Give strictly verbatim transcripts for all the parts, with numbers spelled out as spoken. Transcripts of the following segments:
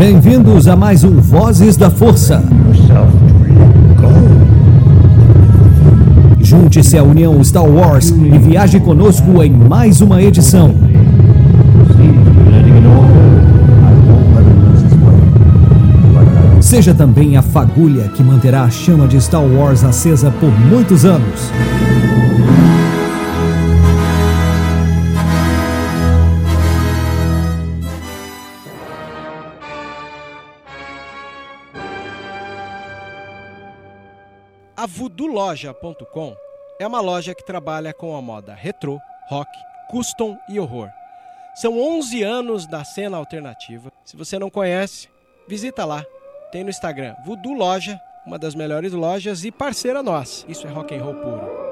Bem-vindos a mais um Vozes da Força. Junte-se à União Star Wars e viaje conosco em mais uma edição. Seja também a fagulha que manterá a chama de Star Wars acesa por muitos anos. A voodoo loja ponto com é uma loja que trabalha com a moda retrô, rock, custom e horror. São onze anos da cena alternativa. Se você não conhece, visita lá. Tem no Instagram Voodoo Loja, uma das melhores lojas e parceira nossa. Isso é rock and roll puro.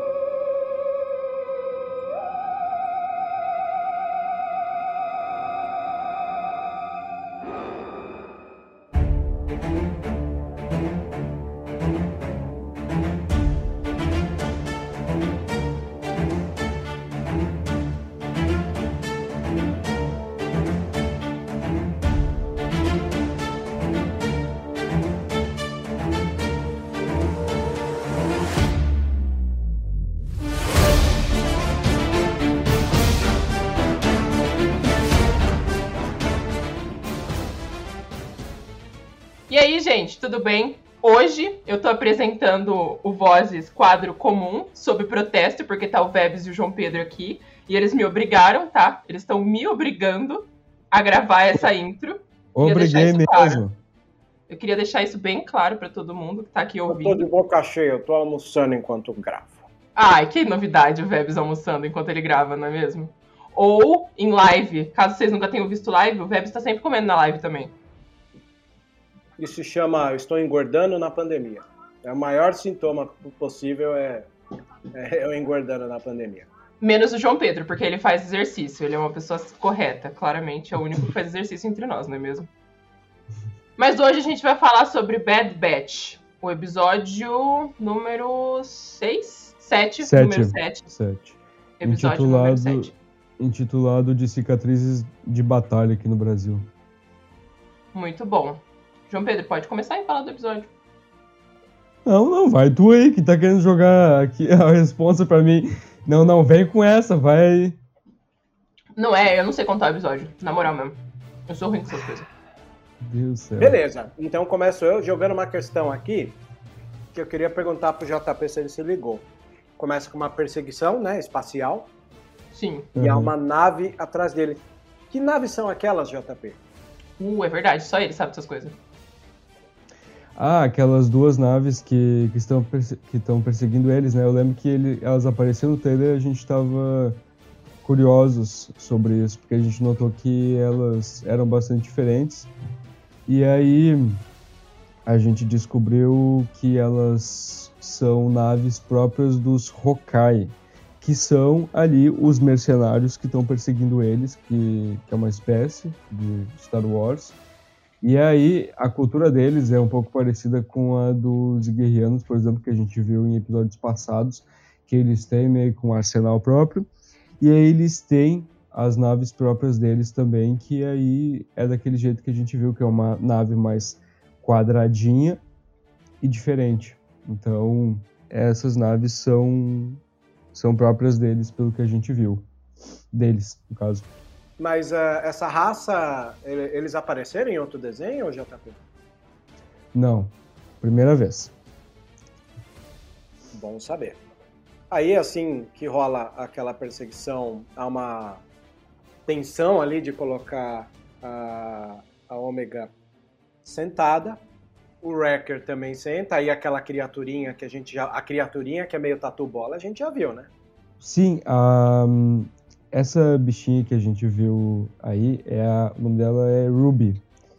E aí, gente, tudo bem? Hoje eu tô apresentando o Vozes quadro comum sobre protesto, porque tá o Vebs e o João Pedro aqui, e eles me obrigaram, tá? Eles estão me obrigando a gravar essa intro. Obriguei mesmo. Claro. Eu queria deixar isso bem claro pra todo mundo que tá aqui ouvindo. Eu tô de boca cheia, eu tô almoçando enquanto gravo. Ai, que novidade o Vebs almoçando enquanto ele grava, não é mesmo? Ou em live, caso vocês nunca tenham visto live, o Vebs tá sempre comendo na live também. Isso se chama eu estou engordando na pandemia. É o maior sintoma possível é, é eu engordando na pandemia. Menos o João Pedro, porque ele faz exercício. Ele é uma pessoa correta, claramente. É o único que faz exercício entre nós, não é mesmo? Mas hoje a gente vai falar sobre Bad Batch. O episódio número seis? sete. sete. Número sete. sete. Episódio intitulado, número sete. Intitulado de Cicatrizes de Batalha aqui no Brasil. Muito bom. João Pedro, pode começar e falar do episódio. Não, não, vai tu aí que tá querendo jogar aqui a responsa pra mim. Não, não, vem com essa, vai. Não é, eu não sei contar o episódio, na moral mesmo. Eu sou ruim com essas coisas. Deus do céu. Beleza, então começo eu jogando uma questão aqui que eu queria perguntar pro J P se ele se ligou. Começa com uma perseguição, né, espacial. Sim. E Uhum. há uma nave atrás dele. Que naves são aquelas, J P? Uh, é verdade, só ele sabe essas coisas. Ah, aquelas duas naves que, que, estão, perse- que estão perseguindo eles, né? Eu lembro que ele, elas apareceram no trailer e a gente estava curiosos sobre isso, porque a gente notou que elas eram bastante diferentes. E aí a gente descobriu que elas são naves próprias dos Hawkeye, que são ali os mercenários que estão perseguindo eles, que, que é uma espécie de Star Wars. E aí, a cultura deles é um pouco parecida com a dos guerreanos, por exemplo, que a gente viu em episódios passados, que eles têm meio que um arsenal próprio, e aí eles têm as naves próprias deles também, que aí é daquele jeito que a gente viu, que é uma nave mais quadradinha e diferente. Então, essas naves são, são próprias deles, pelo que a gente viu. Deles, no caso. Mas uh, essa raça, eles apareceram em outro desenho, ou J P? Não, primeira vez. Bom saber. Aí, assim, que rola aquela perseguição, há uma tensão ali de colocar a, a Ômega sentada, o Wrecker também senta, aí aquela criaturinha que a gente já... A criaturinha que é meio tatu-bola, a gente já viu, né? Sim, um, essa bichinha que a gente viu aí, é a, o nome dela é Ruby.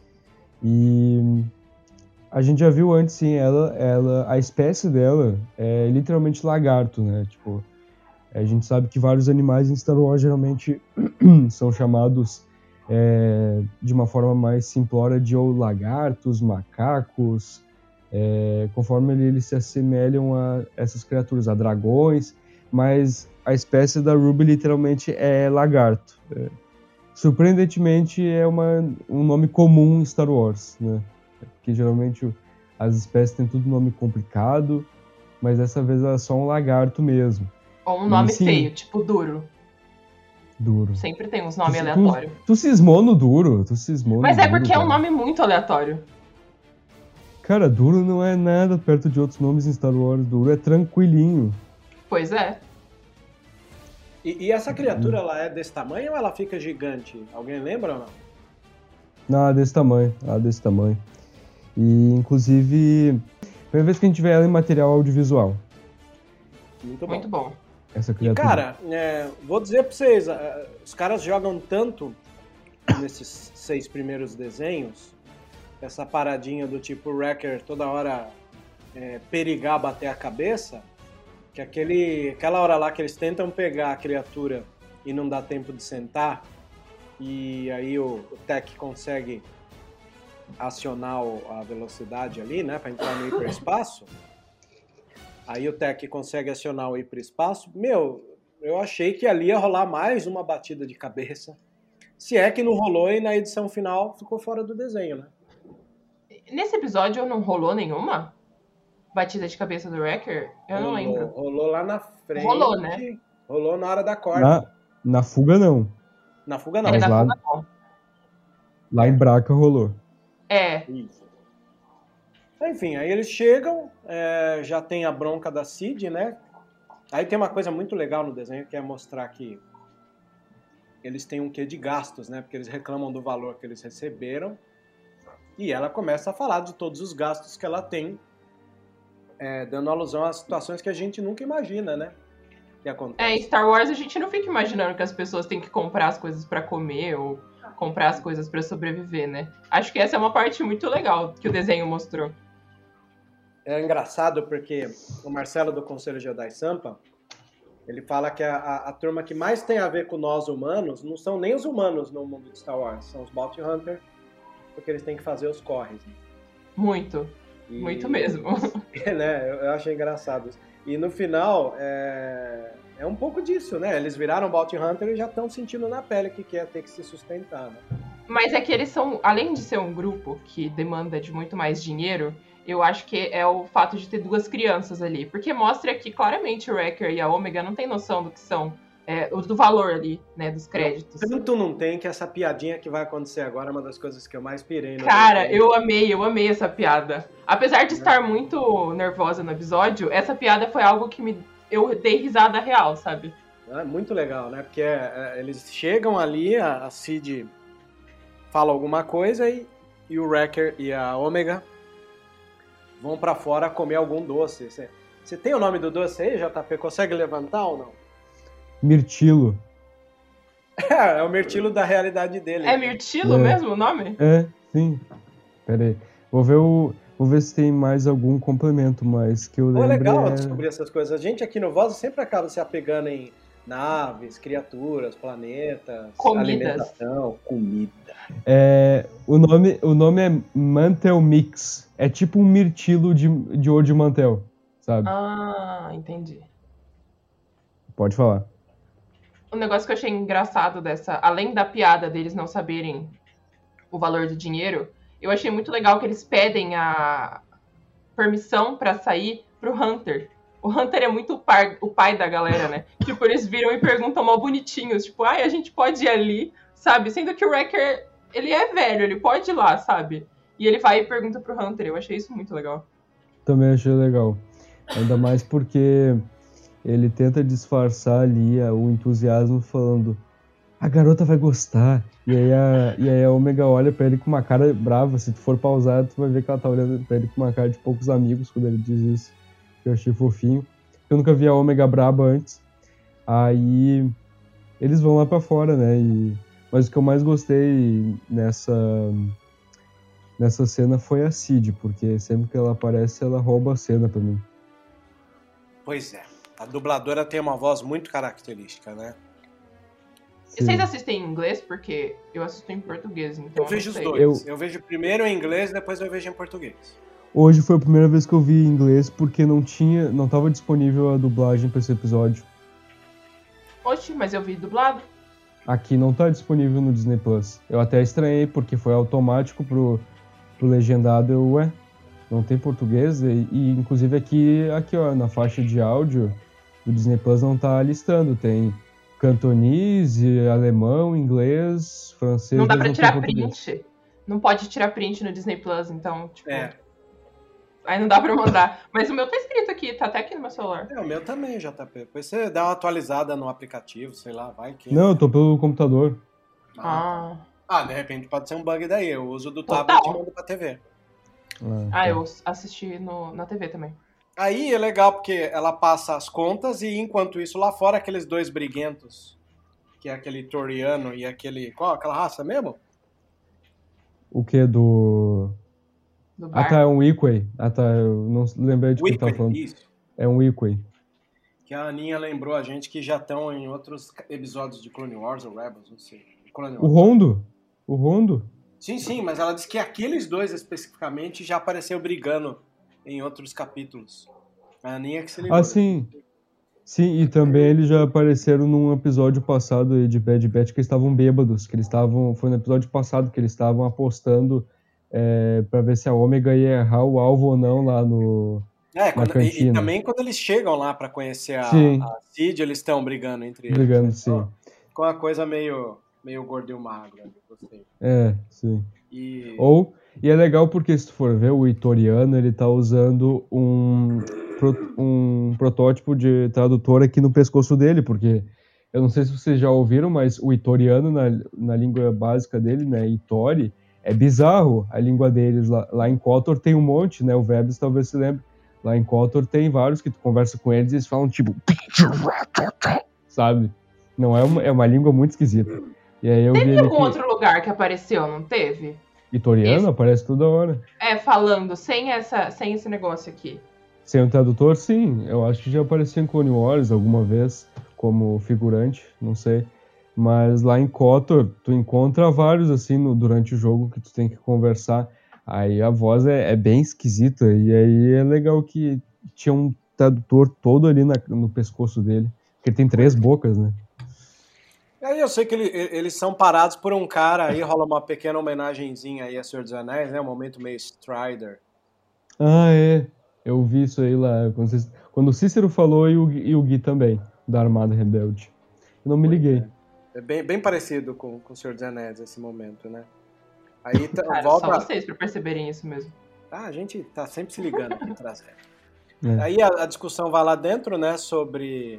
E a gente já viu antes, sim, ela, ela, a espécie dela é literalmente lagarto, né? Tipo, a gente sabe que vários animais em Star Wars geralmente são chamados é, de uma forma mais simplória de ou lagartos, macacos, é, conforme eles se assemelham a essas criaturas, a dragões, mas a espécie da Ruby literalmente é lagarto. É. surpreendentemente é uma, um nome comum em Star Wars, né? Porque geralmente as espécies têm tudo nome complicado, mas dessa vez é só um lagarto mesmo. Ou um nome E, sim, feio, tipo Duro. Duro. Sempre tem uns nomes Tu- aleatórios. Tu, tu cismou no Duro, tu cismou Mas no é Duro, porque é um cara. nome muito aleatório. Cara, Duro não é nada perto de outros nomes em Star Wars. Duro é tranquilinho. Pois é. E, e essa criatura, ela é desse tamanho ou ela fica gigante? Alguém lembra ou não? Não, desse tamanho, ah, desse tamanho. E, inclusive, primeira vez que a gente vê ela em material audiovisual, Muito bom. Muito bom. essa E, criatura. cara, é, vou dizer pra vocês, é, os caras jogam tanto nesses seis primeiros desenhos, essa paradinha do tipo Wrecker toda hora é, perigar, bater a cabeça, que aquele, aquela hora lá que eles tentam pegar a criatura e não dá tempo de sentar, e aí o, o Tech consegue acionar o- a velocidade ali, né, pra entrar no hiperespaço. Aí o Tech consegue acionar o hiperespaço. Meu, eu achei que ali ia rolar mais uma batida de cabeça. Se é que não rolou e na edição final ficou fora do desenho, né? Nesse episódio não rolou nenhuma batida de cabeça do Wrecker? Eu não rolou, lembro. Rolou lá na frente. Rolou, né? Rolou na hora da corda. Na, na fuga, não. Na, fuga não. É, Mas na lá- fuga não. Lá em Braca rolou. É, Isso. Enfim, aí eles chegam, é, já tem a bronca da Cid, né? Aí tem uma coisa muito legal no desenho, que é mostrar que eles têm um quê de gastos, né? Porque eles reclamam do valor que eles receberam. E ela começa a falar de todos os gastos que ela tem, é, dando alusão a situações que a gente nunca imagina, né? Que é, acontece. em Star Wars a gente não fica imaginando que as pessoas têm que comprar as coisas pra comer ou comprar as coisas pra sobreviver, né? Acho que essa é uma parte muito legal que o desenho mostrou. É engraçado porque o Marcelo do Conselho Jedi Sampa, ele fala que a, a, a turma que mais tem a ver com nós humanos não são nem os humanos no mundo de Star Wars, são os Bounty Hunter, porque eles têm que fazer os corres. Né? Muito, E- muito mesmo. né? Eu, eu achei engraçado isso. E no final, é, é um pouco disso, né? Eles viraram Bounty Hunter e já estão sentindo na pele que quer ter que se sustentar, né? Mas é que eles são, além de ser um grupo que demanda de muito mais dinheiro, eu acho que é o fato de ter duas crianças ali. Porque mostra que claramente o Wrecker e a Omega não têm noção do que são, é, do valor ali, né, dos créditos. Tanto não tem que essa piadinha que vai acontecer agora é uma das coisas que eu mais pirei. No Cara, desenho. eu amei, eu amei essa piada. Apesar de estar muito nervosa no episódio, essa piada foi algo que me eu dei risada real, sabe? É muito legal, né? Porque é, eles chegam ali, a, a Cid fala alguma coisa e, e o Wrecker e a Omega vão pra fora comer algum doce. Você, você tem o nome do doce aí, J P? Consegue levantar ou não? Mirtilo. É, é o mirtilo da realidade dele. É Mirtilo É. mesmo o nome? É, sim. Pera aí. Vou ver, o, vou ver se tem mais algum complemento, mas que eu Pô, é lembre legal é... descobrir essas coisas. A gente aqui no Voz sempre acaba se apegando em naves, criaturas, planetas, Comidas. alimentação, comida. É, o, nome, o nome é Mantel Mix. É tipo um mirtilo de, de ouro de mantel, sabe? Ah, entendi. Pode falar. Um negócio que eu achei engraçado dessa, além da piada deles não saberem o valor do dinheiro, eu achei muito legal que eles pedem a permissão pra sair pro Hunter. O Hunter é muito o, par, o pai da galera, né? Tipo, eles viram e perguntam mal bonitinhos, tipo, ai, a gente pode ir ali, sabe? Sendo que o Wrecker, ele é velho, ele pode ir lá, sabe? E ele vai e pergunta pro Hunter, eu achei isso muito legal. Também achei legal. Ainda mais porque ele tenta disfarçar ali o entusiasmo falando a garota vai gostar. E aí a, e aí a Omega olha pra ele com uma cara brava. Se tu for pausar, tu vai ver que ela tá olhando pra ele com uma cara de poucos amigos quando ele diz isso. Que eu achei fofinho. Eu nunca vi a Omega braba antes. Aí eles vão lá pra fora, né? E, mas o que eu mais gostei nessa, nessa cena foi a Cid, porque sempre que ela aparece, ela rouba a cena pra mim. Pois é. A dubladora tem uma voz muito característica, né? E vocês assistem em inglês? Porque eu assisto em português, então Eu vejo os não sei. dois. Eu- Eu... vejo primeiro em inglês, depois eu vejo em português. Hoje foi a primeira vez que eu vi em inglês porque não tinha, não tava disponível a dublagem pra esse episódio. Oxe, mas eu vi dublado. Aqui não tá disponível no Disney Plus. Eu até estranhei, porque foi automático pro, pro legendado. Eu, ué, não tem português? E, e inclusive aqui, aqui, ó, na faixa de áudio, o Disney Plus não tá listando. Tem cantonese, alemão, inglês, francês... Não dá pra não tirar print. Não pode tirar print no Disney Plus, então, tipo... É. Aí não dá pra mandar. Mas o meu tá escrito aqui, tá até aqui no meu celular. É, o meu também, J P. Depois você dá uma atualizada no aplicativo, sei lá, vai que... Não, eu tô pelo computador. Ah. Ah, de repente pode ser um bug daí. Eu uso do Total. tablet e mando pra T V. Ah, Ah, tá. eu assisti no, na T V também. Aí é legal porque ela passa as contas e enquanto isso lá fora aqueles dois briguentos, que é aquele Toriano e aquele... Qual? Aquela raça mesmo? O que do... Do Ah, bar. tá, é um Equay. Ah, tá, eu não lembrei de que ele tava falando. Isso. É um Equay. Que a Aninha lembrou a gente que já estão em outros episódios de Clone Wars ou Rebels, não sei. Clone O Wars. Rondo? O Rondo? Sim, sim, mas ela disse que aqueles dois especificamente já apareceu brigando em outros capítulos. A Aninha que se ligou. Ah, sim. Sim, e também eles já apareceram num episódio passado aí de Bad Batch que eles estavam bêbados, que eles estavam... Foi no episódio passado que eles estavam apostando é, pra ver se a Ômega ia errar o alvo ou não lá no... É, quando, e, e cantina. também quando eles chegam lá pra conhecer a, Sim. a Cid, eles estão brigando entre eles. Brigando, né? sim. Ó, com uma coisa meio, meio gordo e magro. né? Gostei. É, sim. E... Ou, e é legal porque se tu for ver, o Itoriano, ele tá usando um, pro- um protótipo de tradutor aqui no pescoço dele, porque eu não sei se vocês já ouviram, mas o Itoriano, na, na língua básica dele, né, Itori, é bizarro a língua deles. Lá, lá em Kotor tem um monte, né, o Vebs talvez se lembre. Lá em Kotor tem vários que tu conversa com eles e eles falam tipo... Sabe? Não é uma, é uma língua muito esquisita. E aí eu vi Teve ele algum que... outro lugar que apareceu, não teve? Itoriano Esse- aparece toda hora. É, falando, sem, essa, sem esse negócio aqui. Sem o tradutor, sim. Eu acho que já apareceu em Clone Wars alguma vez, como figurante, não sei. Mas lá em Kotor, tu encontra vários, assim, no, durante o jogo que tu tem que conversar. Aí a voz é, é bem esquisita, e aí é legal que tinha um tradutor todo ali na- no pescoço dele. Porque ele tem três bocas, né? Aí eu sei que ele- eles são parados por um cara, aí rola uma pequena homenagenzinha aí a Senhor dos Anéis, né? Um momento meio Strider. Ah, é. Eu vi isso aí lá. Quando, vocês- quando o Cícero falou e o, Gui- e o Gui também, da Armada Rebelde. Eu não me liguei. É bem, bem parecido com, com o Senhor dos Anéis esse momento, né? Aí tá- Cara, volta... só vocês pra perceberem isso mesmo. Ah, a gente tá sempre se ligando aqui atrás. É. Aí a, a discussão vai lá dentro, né, sobre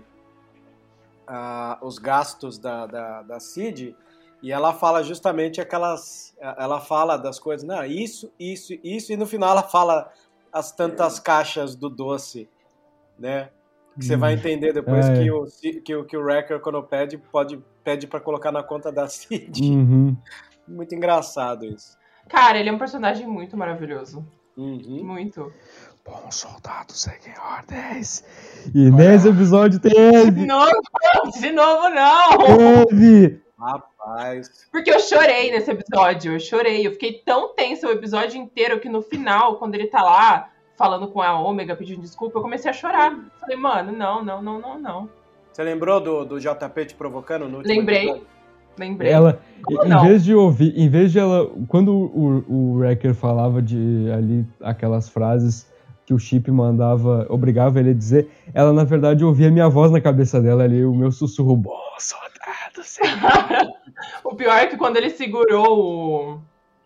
ah, os gastos da, da, da Cid, e ela fala justamente aquelas... Ela fala das coisas, não, isso, isso, isso, e no final ela fala as tantas caixas do doce, né? Que você vai entender depois É. que, o, Ci- que, o, que o Wrecker, quando pede, pode, pede pra colocar na conta da Cid. Uhum. Muito engraçado isso. Cara, ele é um personagem muito maravilhoso. Uhum. Muito. Bons soldados seguem ordens. E nesse episódio teve! De novo, de novo não! Teve! Rapaz. Porque eu chorei nesse episódio, eu chorei. Eu fiquei tão tensa o episódio inteiro que no final, quando ele tá lá falando com a Ômega, pedindo desculpa, eu comecei a chorar. Falei, mano, não, não, não, não, não. Você lembrou do, do J P te provocando no último Lembrei. episódio? Lembrei. Ela, Como em não? vez de ouvir, em vez de ela, quando o, o Wrecker falava de ali aquelas frases que o Chip mandava, obrigava ele a dizer, ela na verdade ouvia minha voz na cabeça dela ali, o meu sussurro, bom soldado, seguem. O pior é que quando ele segurou o...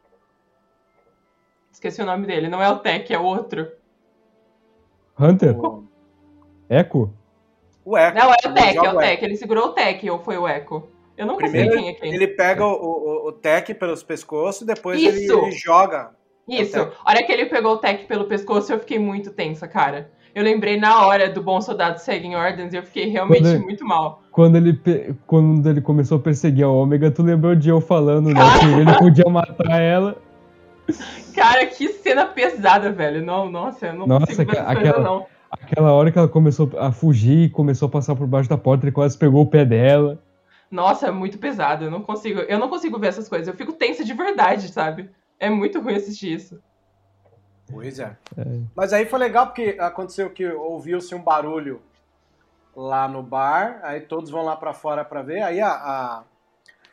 Esqueci o nome dele, não é o Tech, é o outro. Hunter? O, Echo? o Echo. Não, é o Ele Tech, joga é o Tech. Ele segurou o Tech, ou foi o Echo? Eu nunca Primeiro sei quem é quem. ele pega o, o, o Tech pelos pescoços, depois ele, Isso. ele joga. Isso, É o Tech. a hora que ele pegou o Tech pelo pescoço, eu fiquei muito tensa, cara. Eu lembrei na hora do Bom Soldado Segue em Ordens e eu fiquei realmente Quando ele- muito mal. Quando ele, pe- quando ele começou a perseguir a Ômega, tu lembrou de eu falando, né, que ele podia matar ela. Cara, que cena pesada, velho. Não, nossa, eu não Nossa, consigo ver aquela- essa coisa, não. Aquela hora que ela começou a fugir e começou a passar por baixo da porta, ele quase pegou o pé dela. Nossa, é muito pesado. Eu não consigo, eu não consigo ver essas coisas. Eu fico tensa de verdade, sabe? É muito ruim assistir isso. Pois é. Mas aí foi legal porque aconteceu que ouviu-se um barulho lá no bar, aí todos vão lá pra fora pra ver, aí a, a,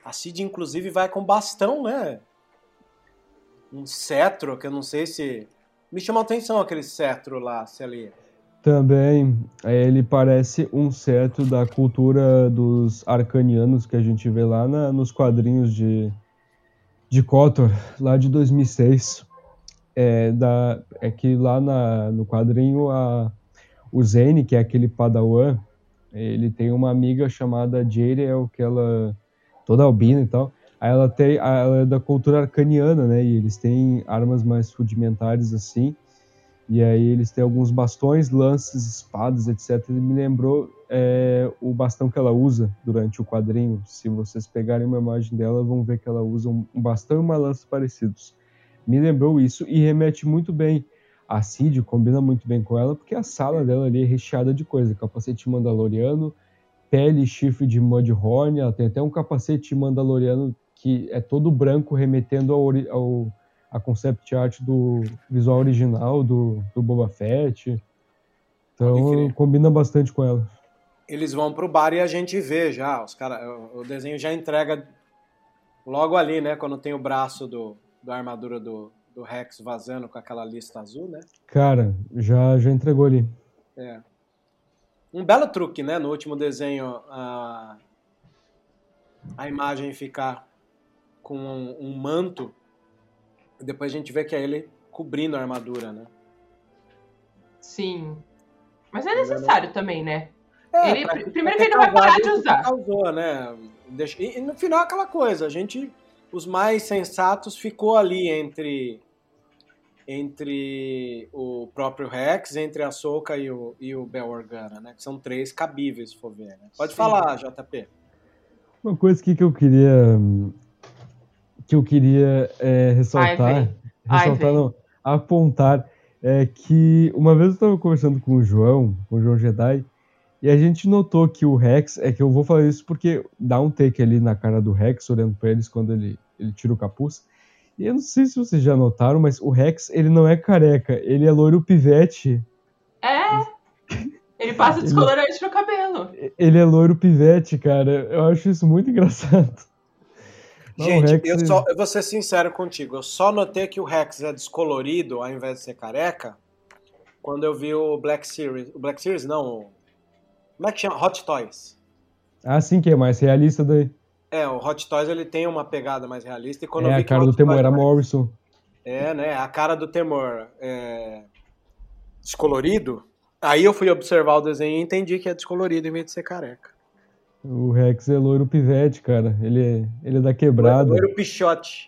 A Cid, inclusive, vai com bastão, né? Um cetro, que eu não sei se... Me chamou a atenção aquele cetro lá, se ali... Também, ele parece um cetro da cultura dos arcanianos que a gente vê lá na, nos quadrinhos de, de Kotor, lá de dois mil e seis. É, da, é que lá na, no quadrinho a, o Zane, que é aquele padawan, ele tem uma amiga chamada Jariel, que ela toda albina e tal. Aí ela, tem, ela é da cultura arcaniana, né? E eles têm armas mais rudimentares assim. E aí eles têm alguns bastões, lances, espadas, etcétera. Ele me lembrou é, o bastão que ela usa durante o quadrinho. Se vocês pegarem uma imagem dela, vão ver que ela usa um bastão e uma lança parecidos. Me lembrou isso e remete muito bem. A Cid combina muito bem com ela, porque a sala dela ali é recheada de coisa. Capacete mandaloriano, pele e chifre de Mudhorn. Ela tem até um capacete mandaloriano que é todo branco, remetendo ao... ao a concept art do visual original do, do Boba Fett. Então combina bastante com ela. Eles vão pro bar e a gente vê já, os cara, o desenho já entrega logo ali, né? Quando tem o braço do, da armadura do, do Rex vazando com aquela lista azul, né? Cara, já, já entregou ali. É. Um belo truque, né? No último desenho, a, a imagem ficar com um, um manto. Depois a gente vê que é ele cobrindo a armadura, né? Sim. Mas é necessário também, né? É, ele, pra, primeiro pra que ele não vai parar de usar. Causou, né? E, e no final aquela coisa, a gente, os mais sensatos ficou ali entre entre o próprio Rex, entre a Ahsoka e o, e o Bail Organa, né? Que são três cabíveis, se for ver, né? Pode Sim. falar, J P. Uma coisa aqui que eu queria... que eu queria é, ressaltar, Ai, ressaltar não, apontar, é que uma vez eu estava conversando com o João, com o João Jedi, e a gente notou que o Rex, é que eu vou falar isso porque dá um take ali na cara do Rex, olhando para eles quando ele, ele tira o capuz, e eu não sei se vocês já notaram, mas o Rex, ele não é careca, ele é loiro pivete. É, ele passa descolorante no cabelo. Ele é loiro pivete, cara, eu acho isso muito engraçado. Não, Gente, Rex... eu, só, eu vou ser sincero contigo, eu só notei que o Rex é descolorido ao invés de ser careca quando eu vi o Black Series. O Black Series não, o... como é que chama? Hot Toys. Ah, sim, que é mais realista daí. É, o Hot Toys ele tem uma pegada mais realista. E quando é, eu vi a cara que do Temor era Morrison. É, né, a cara do Temor é descolorido, aí eu fui observar o desenho e entendi que é descolorido em vez de ser careca. O Rex é loiro pivete, cara. Ele é, ele é da quebrada. Loiro pichote.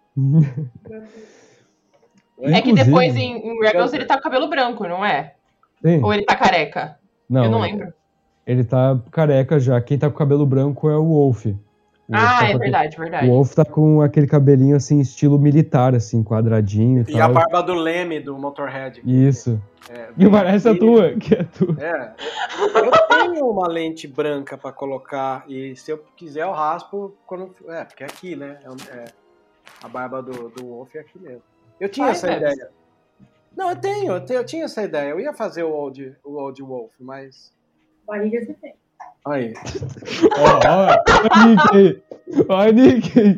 É que depois em, em Rebels ele tá com cabelo branco, não é? Sim. Ou ele tá careca? Não, eu não ele, lembro. Ele tá careca já. Quem tá com cabelo branco é o Wolf. O ah, Wolf tá é verdade, aquele... verdade. O Wolf tá com aquele cabelinho assim, estilo militar, assim, quadradinho e, e tal. E a barba do Leme, do Motorhead. Isso. É, e parece a tua, que é tua. É. Eu tenho uma lente branca pra colocar e se eu quiser eu raspo quando... É, porque é aqui, né? É, a barba do, do Wolf é aqui mesmo. Eu tinha Ai, essa Deus. ideia. Não, eu tenho, eu tenho, eu tinha essa ideia. Eu ia fazer o Old, o old Wolf, mas... Barriga você tem. Aí. Ó, ó, Nick. Ó, Nick.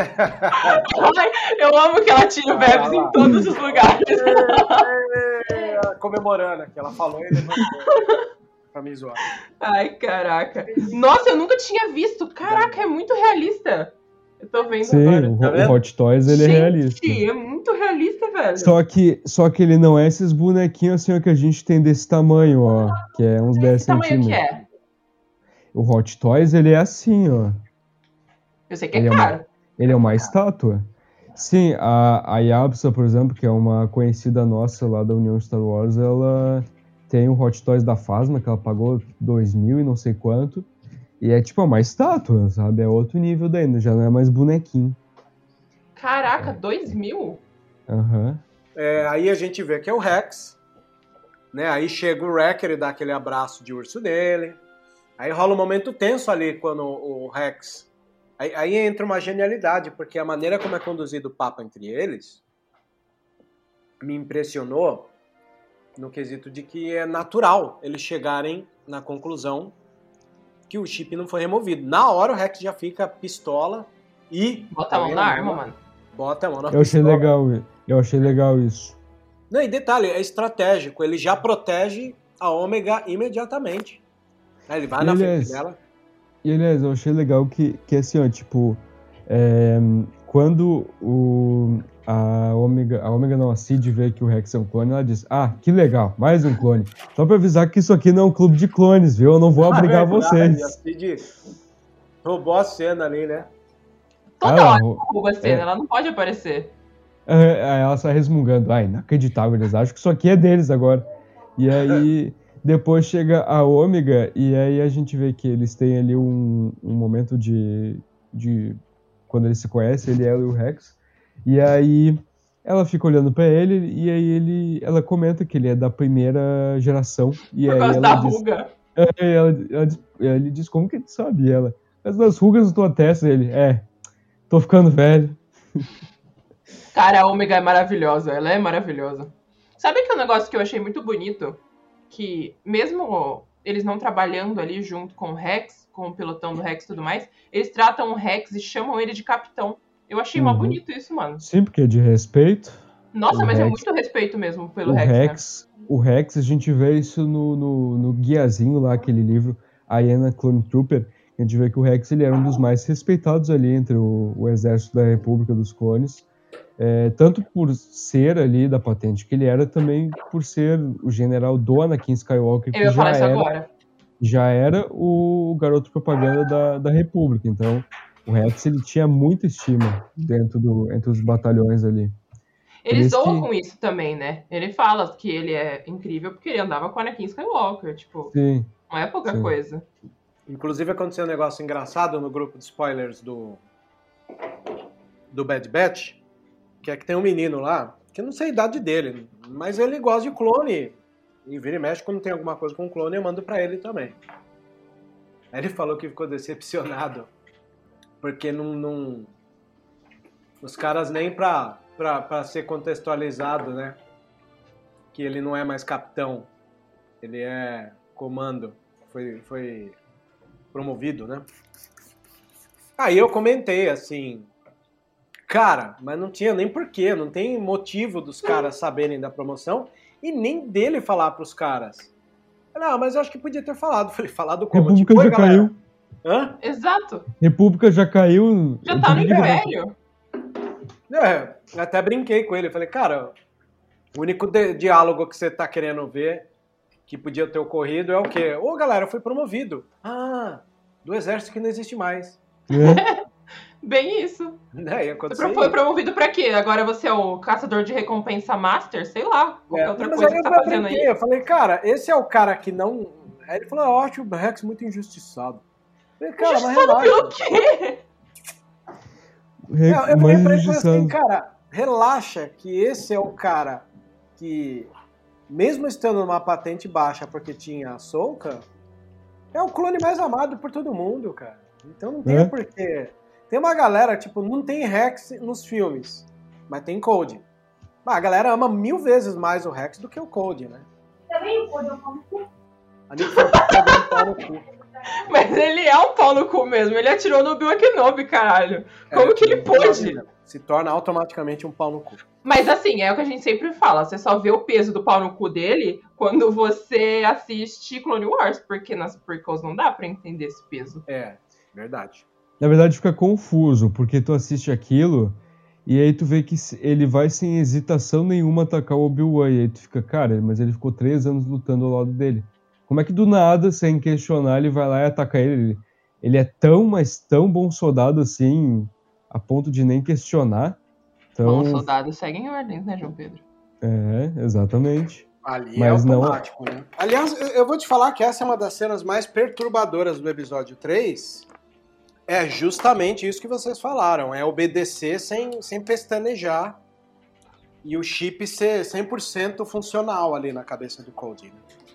Eu amo que ela tira o Bebs em todos os lugares. É, é, comemorando aqui, ela falou e levantou pra me zoar. Ai, caraca. Nossa, eu nunca tinha visto. Caraca, é muito realista. Eu tô vendo Sim, agora. o, tá o Hot Toys ele Gente, é realista. é muito realista, velho. Só que, só que ele não é esses bonequinhos assim ó, que a gente tem desse tamanho, ó. Que é uns dez Esse tamanho centímetros. que é? O Hot Toys, ele é assim, ó. Eu sei que é ele caro. É uma, ele é uma estátua. Sim, a, a Yapsa, por exemplo, que é uma conhecida nossa lá da União Star Wars, ela tem o Hot Toys da Phasma, que ela pagou dois mil e não sei quanto. E é tipo uma estátua, sabe? É outro nível daí, já não é mais bonequinho. Caraca, dois mil? Aham. Uhum. É, aí a gente vê que é o Rex, né? Aí chega o Wrecker e dá aquele abraço de urso dele. Aí rola um momento tenso ali quando o Rex... Aí, aí entra uma genialidade, porque a maneira como é conduzido o papo entre eles me impressionou no quesito de que é natural eles chegarem na conclusão que o chip não foi removido. Na hora o Rex já fica pistola e... Bota a mão na arma, mano. Bota a mão na eu achei pistola. legal, eu achei legal isso. Não, e detalhe, é estratégico. Ele já protege a Ômega imediatamente. Aí ele vai E na aliás, frente dela. E aliás, eu achei legal que, que assim, ó, tipo, é, quando o, a Ômega, a Ômega não, a Cid vê que o Rex é um clone, ela diz, ah, que legal, mais um clone. Só pra avisar que isso aqui não é um clube de clones, viu? Eu não vou abrigar Ah, vocês. A Cid roubou a cena ali, né? Toda Ah, hora ela- rouba a cena, é. ela não pode aparecer. É, aí ela sai resmungando, ah, inacreditável, eles acham que isso aqui é deles agora. E aí, depois chega a Ômega, e aí a gente vê que eles têm ali um, um momento de, de... Quando eles se conhecem, ele, ela e o Rex. E aí, ela fica olhando pra ele, e aí ele, ela comenta que ele é da primeira geração. E Por aí causa ela da diz, ruga. é, ela, ela diz- ele diz, como que ele sabe? E ela, mas das rugas na tua testa, ele, é, tô ficando velho. Cara, a Ômega é maravilhosa, ela é maravilhosa. Sabe que é um negócio que eu achei muito bonito? Que mesmo eles não trabalhando ali junto com o Rex, com o pelotão do Rex e tudo mais, eles tratam o Rex e chamam ele de capitão. Eu achei mó Uhum. bonito isso, mano. Sim, porque é de respeito. Nossa, O mas é Rex- muito respeito mesmo pelo o Rex, Rex, o Rex, a gente vê isso no, no, no guiazinho lá, aquele livro, Aena Clone Trooper. A gente vê que o Rex ele era um dos mais respeitados ali entre o, o exército da República dos Clones. É, tanto por ser ali da patente que ele era, também por ser o general do Anakin Skywalker, né? que Eu ia já falar isso era, agora. já era o garoto propaganda da, da República. Então, o Rex ele tinha muita estima dentro do, entre os batalhões ali. Eles isso zoam que- com isso também, né? Ele fala que ele é incrível porque ele andava com o Anakin Skywalker. Tipo, Sim, não é pouca Sim. coisa. Inclusive aconteceu um negócio engraçado no grupo de spoilers do do Bad Batch, que é que tem um menino lá, que eu não sei a idade dele, mas ele gosta de clone. E vira e mexe, quando tem alguma coisa com clone, eu mando pra ele também. Aí ele falou que ficou decepcionado, porque não... não... os caras nem pra, pra, pra ser contextualizado, né? Que ele não é mais capitão, ele é comando, foi, foi promovido, né? Aí eu comentei assim, cara, mas não tinha nem porquê, não tem motivo dos caras saberem da promoção e nem dele falar pros caras. Não, mas eu acho que podia ter falado. Falei, falado como? República Tipo, "Oi, já galera." caiu. Hã? Exato. República já caiu. Já eu tá no diria que- Império. É, até brinquei com ele. Falei, cara, o único de- diálogo que você tá querendo ver que podia ter ocorrido é o quê? Ô, galera, eu fui promovido. Ah, do exército que não existe mais. É. Bem isso. Né? Ia Você acontecer foi isso. promovido pra quê? Agora você é o caçador de recompensa master? Sei lá. Qualquer É, outra mas coisa aí que eu você tá fazendo brinquei, aí. eu falei, cara, esse é o cara que não... Aí ele falou, eu acho o Rex muito injustiçado. Eu falei, cara, mas Injustiçado relaxa. pelo quê? Re- Não, eu mais falei pra ele assim, injustiçado. cara, relaxa que esse é o cara que, mesmo estando numa patente baixa porque tinha a Ahsoka, é o clone mais amado por todo mundo, cara. Então não tem É. porquê. Tem uma galera, tipo, não tem Rex nos filmes, mas tem Code. Mas a galera ama mil vezes mais o Rex do que o Code, né? Também pode eu como cu. A Nick foi pegando um pau no cu. Mas ele é um pau no cu mesmo. Ele atirou no Obi-Wan Kenobi, caralho. Como É, que ele pôde? Se torna automaticamente um pau no cu. Mas assim, é o que a gente sempre fala. Você só vê o peso do pau no cu dele quando você assiste Clone Wars. Porque nas prequels não dá pra entender esse peso. É, verdade. Na verdade fica confuso, porque tu assiste aquilo e aí tu vê que ele vai sem hesitação nenhuma atacar o Obi-Wan. E aí tu fica, cara, mas ele ficou três anos lutando ao lado dele. Como é que do nada, sem questionar, ele vai lá e ataca ele? Ele, ele é tão, mas tão bom soldado assim, a ponto de nem questionar. Então, Bom, soldados seguem ordens, né, João Pedro? é, exatamente. Ali Mas é não- automático, né? Aliás, eu- eu vou te falar que essa é uma das cenas mais perturbadoras do episódio três. É justamente isso que vocês falaram. É obedecer sem, sem pestanejar e o chip ser cem por cento funcional ali na cabeça do Cody. Né?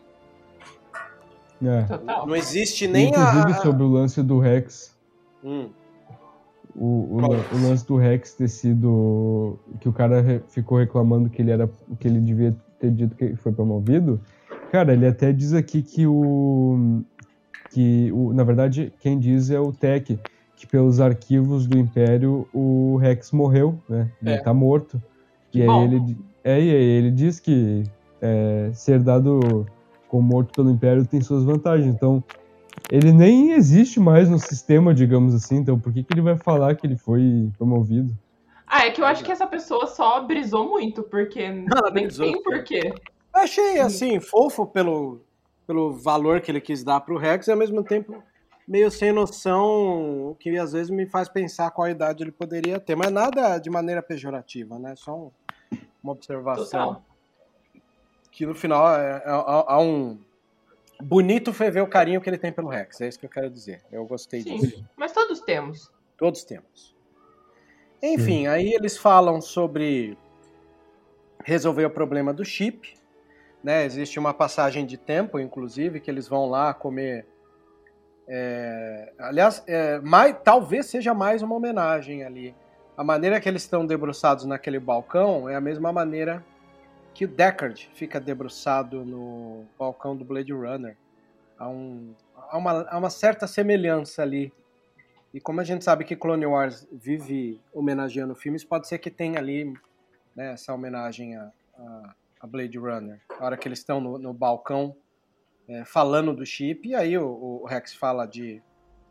É. Total. Não existe E, nem inclusive, a... sobre o lance do Rex, Hum, o, o, Qual lan- lance? o lance do Rex ter sido... que o cara re- ficou reclamando que ele era que ele devia ter dito que foi promovido. Cara, ele até diz aqui que o... que, o, na verdade, quem diz é o Tech, que pelos arquivos do Império o Rex morreu, né? Ele É. tá morto. Que e, aí bom. ele, é, e aí ele diz que é, ser dado como morto pelo Império tem suas vantagens. Então, ele nem existe mais no sistema, digamos assim. Então, por que, que ele vai falar que ele foi promovido? Ah, é que eu acho que essa pessoa só brisou muito, porque Ela nem brisou, tem porquê. Eu achei, assim, fofo pelo, pelo valor que ele quis dar pro Rex e, ao mesmo tempo, meio sem noção, o que às vezes me faz pensar qual idade ele poderia ter. Mas nada de maneira pejorativa, né? Só um- uma observação. Total. Que no final é, é- há um bonito foi ver o carinho que ele tem pelo Rex. É isso que eu quero dizer. Eu gostei Sim, disso. mas todos temos. Todos temos. Enfim, aí eles falam sobre resolver o problema do chip, né? Existe uma passagem de tempo, inclusive, que eles vão lá comer. É, aliás, é, mais, talvez seja mais uma homenagem ali. A maneira que eles estão debruçados naquele balcão é a mesma maneira que o Deckard fica debruçado no balcão do Blade Runner. Há, um, há, uma, há uma certa semelhança ali. E como a gente sabe que Clone Wars vive homenageando filmes, pode ser que tenha ali, né, essa homenagem a, a, a Blade Runner. A hora que eles estão no, no balcão é, falando do chip, e aí o, o Rex fala de,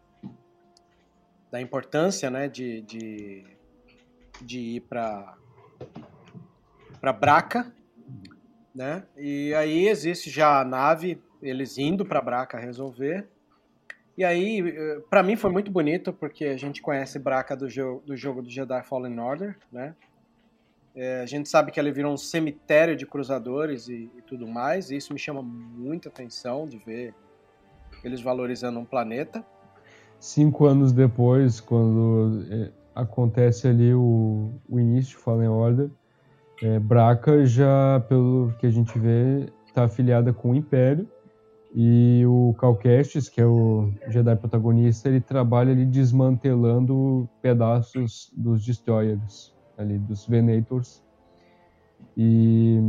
da importância, né, de, de, de ir para para Braca, né? E aí existe já a nave, eles indo para Braca resolver. E aí, pra mim foi muito bonito, porque a gente conhece Braca do jogo do, jogo do Jedi Fallen Order, né? É, a gente sabe que ele virou um cemitério de cruzadores e, e tudo mais, e isso me chama muita atenção de ver eles valorizando um planeta. Cinco anos depois, quando é, acontece ali o, o início de Fallen Order, é, Braca já, pelo que a gente vê, está afiliada com o Império. E o Cal Kestis, que é o Jedi protagonista, ele trabalha ali desmantelando pedaços dos Destroyers, ali dos Venators. E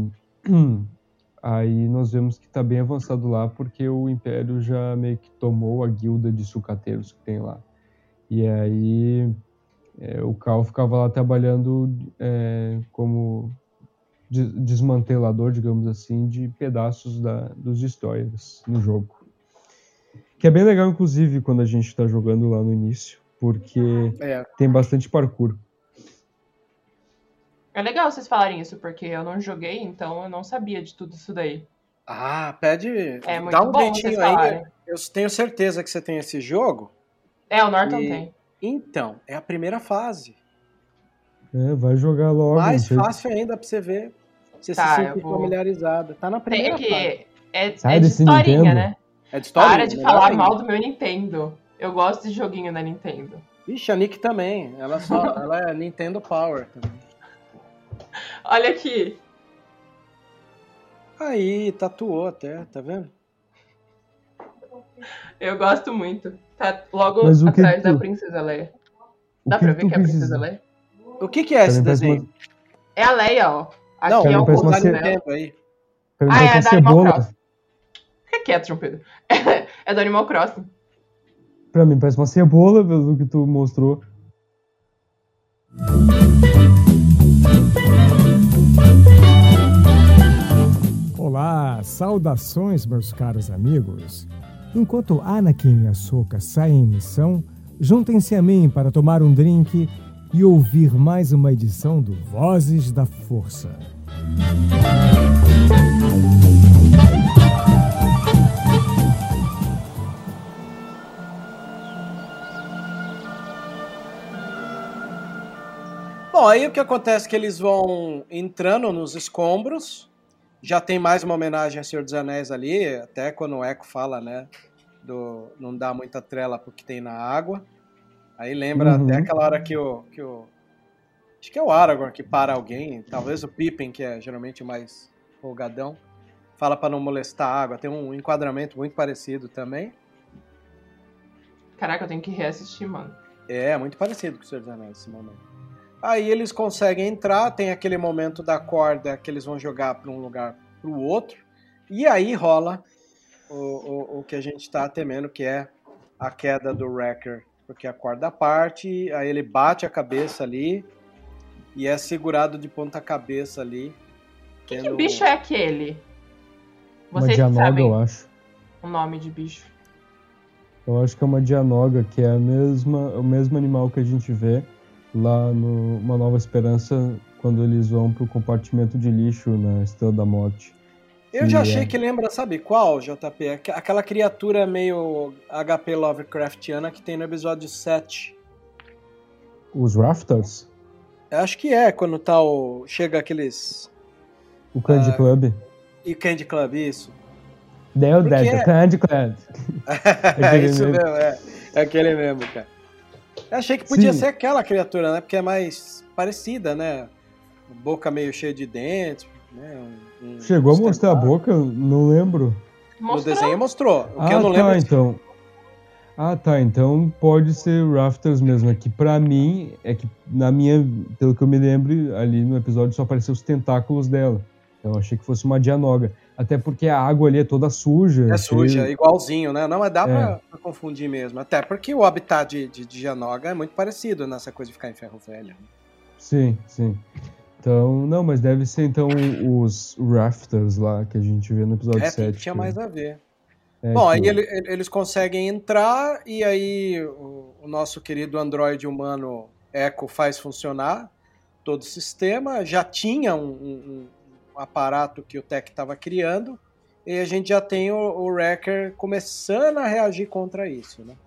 aí nós vemos que está bem avançado lá, porque o Império já meio que tomou a guilda de sucateiros que tem lá. E aí é, o Cal ficava lá trabalhando é, como desmantelador, digamos assim, de pedaços da, dos Destroyers no jogo. Que é bem legal, inclusive, quando a gente está jogando lá no início, porque É. tem bastante parkour. É legal vocês falarem isso, porque eu não joguei, então eu não sabia de tudo isso daí. Ah, pede. É muito dá um bom dentinho vocês aí. falarem. Eu tenho certeza que você tem esse jogo. É, o Norton E- tem. Então, é a primeira fase. É, vai jogar logo. Mais não sei- fácil ainda pra você ver. Você Tá, se eu sentir vou- familiarizado. Tá na Tem, é primeira fase. que é, Sai é de desse historinha, Nintendo. né? É de história. Para de falar mal do meu Nintendo. Eu gosto de joguinho da Nintendo. Ixi, a Nick também. Ela, só, ela é Nintendo Power também. Olha aqui. Aí, tatuou até, tá vendo? Eu gosto muito. Tá logo Mas o que atrás que da tu- Princesa Leia. O Dá que pra que ver tu que é a quis Princesa dizer? Leia? O que, que é esse Também parece desenho? uma- É a Leia, ó. Aqui Não, é o parece rosto uma da ce- dela. Nintendo aí. Pra mim Ah, parece é uma da Animal cebola. Crossing. Fica quieto, João Pedro. É do Animal Crossing. Pra mim parece uma cebola, pelo que tu mostrou. Olá, saudações, meus caros amigos. Enquanto Anakin e Ahsoka saem em missão, juntem-se a mim para tomar um drink e ouvir mais uma edição do Vozes da Força. Bom, aí o que acontece é que eles vão entrando nos escombros. Já tem mais uma homenagem a Senhor dos Anéis ali, até quando o Eco fala, né? Do, não dá muita trela pro que tem na água. Aí lembra Uhum. até aquela hora que o, que o. Acho que é o Aragorn que para alguém, talvez o Pippin, que é geralmente o mais folgadão, fala pra não molestar a água. Tem um enquadramento muito parecido também. Caraca, eu tenho que reassistir, mano. É, muito parecido com o Senhor dos Anéis esse momento. Aí eles conseguem entrar, tem aquele momento da corda que eles vão jogar para um lugar para o outro, e aí rola o, o, o que a gente está temendo, que é a queda do Wrecker, porque a corda parte, aí ele bate a cabeça ali e é segurado de ponta cabeça ali. Que, tendo... que bicho é aquele? Uma Vocês dianoga, sabem eu acho. o nome de bicho? Eu acho que é uma dianoga, que é a mesma, o mesmo animal que a gente vê lá no Uma Nova Esperança, quando eles vão pro compartimento de lixo na Estrela da Morte. Eu já E achei é- que lembra, sabe qual, J P? Aqu- Aquela criatura meio H P Lovecraftiana que tem no episódio sete. Os Rafters? Eu acho que é, quando tá o... chega aqueles... O Candy Ah, Club? E Candy Club, isso. Deu porque Dead, é- o Candy Club. É Aquele isso mesmo. mesmo, é. É aquele mesmo, cara. Eu achei que podia Sim. ser aquela criatura, né? Porque é mais parecida, né? Boca meio cheia de dentes, né? Um, um Chegou a mostrar a tentáculo. boca? Não lembro. No Mostrou. desenho mostrou. O que Ah, eu não tá, lembro é então. Ah, tá, então pode ser Rafters mesmo. É que pra mim, é que na minha, pelo que eu me lembro, ali no episódio só apareceu os tentáculos dela. Então eu achei que fosse uma dianoga. Até porque a água ali é toda suja. é cheia- suja, igualzinho, né? Não, mas dá É. pra, pra confundir mesmo. Até porque o habitat de, de, de Janoga é muito parecido nessa coisa de ficar em ferro velho. Sim, sim. Então, não, mas deve ser então os Rafters lá que a gente vê no episódio É, sete. tinha que- mais a ver. é Bom, que aí o- ele- ele- eles conseguem entrar e aí o, o nosso querido androide humano Echo faz funcionar todo o sistema. Já tinha um, um- um aparato que o Tech estava criando e a gente já tem o, o Wrecker começando a reagir contra isso, né?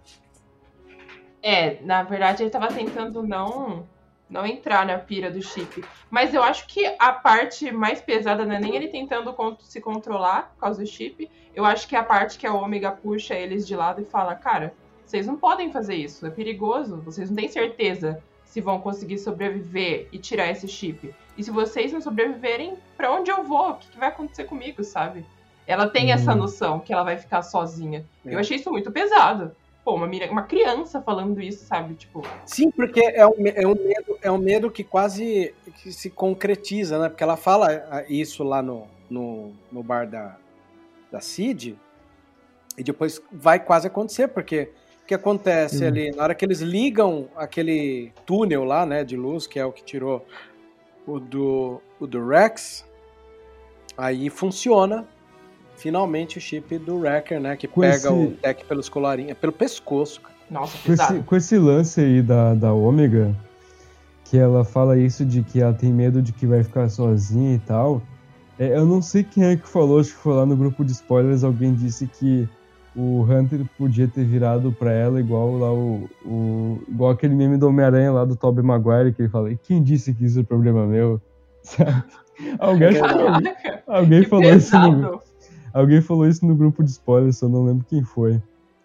É, na verdade ele tava tentando não não entrar na pira do chip. Mas eu acho que a parte mais pesada não é nem ele tentando con- se controlar por causa do chip. Eu acho que é a parte que a Ômega puxa eles de lado e fala, cara, vocês não podem fazer isso, é perigoso, vocês não têm certeza se vão conseguir sobreviver e tirar esse chip. E se vocês não sobreviverem, pra onde eu vou? O que, que vai acontecer comigo, sabe? Ela tem Hum. essa noção que ela vai ficar sozinha. É. Eu achei isso muito pesado. Pô, uma, mira- uma criança falando isso, sabe? Tipo, Sim, porque é um, me- é um medo, é um medo que quase que se concretiza, né? Porque ela fala ah, isso lá no, no, no bar da, da Cid e depois vai quase acontecer, porque o que acontece Hum. ali, na hora que eles ligam aquele túnel lá, né, de luz, que é o que tirou o do, o do Rex, aí funciona finalmente o chip do Wrecker, né, que Com pega esse- o Tech pelos colarinhos, pelo pescoço, cara. nossa, Com esse, pesado. com esse lance aí da, da Ômega, que ela fala isso de que ela tem medo de que vai ficar sozinha e tal, é, eu não sei quem é que falou, acho que foi lá no grupo de spoilers, alguém disse que o Hunter podia ter virado pra ela igual lá o, o igual aquele meme do Homem-Aranha lá do Tobey Maguire, que ele fala, e quem disse que isso é problema meu? Sabe? Alguém, É alguém, alguém Que falou isso no, pesado. Alguém falou isso no grupo de spoilers, eu não lembro quem foi.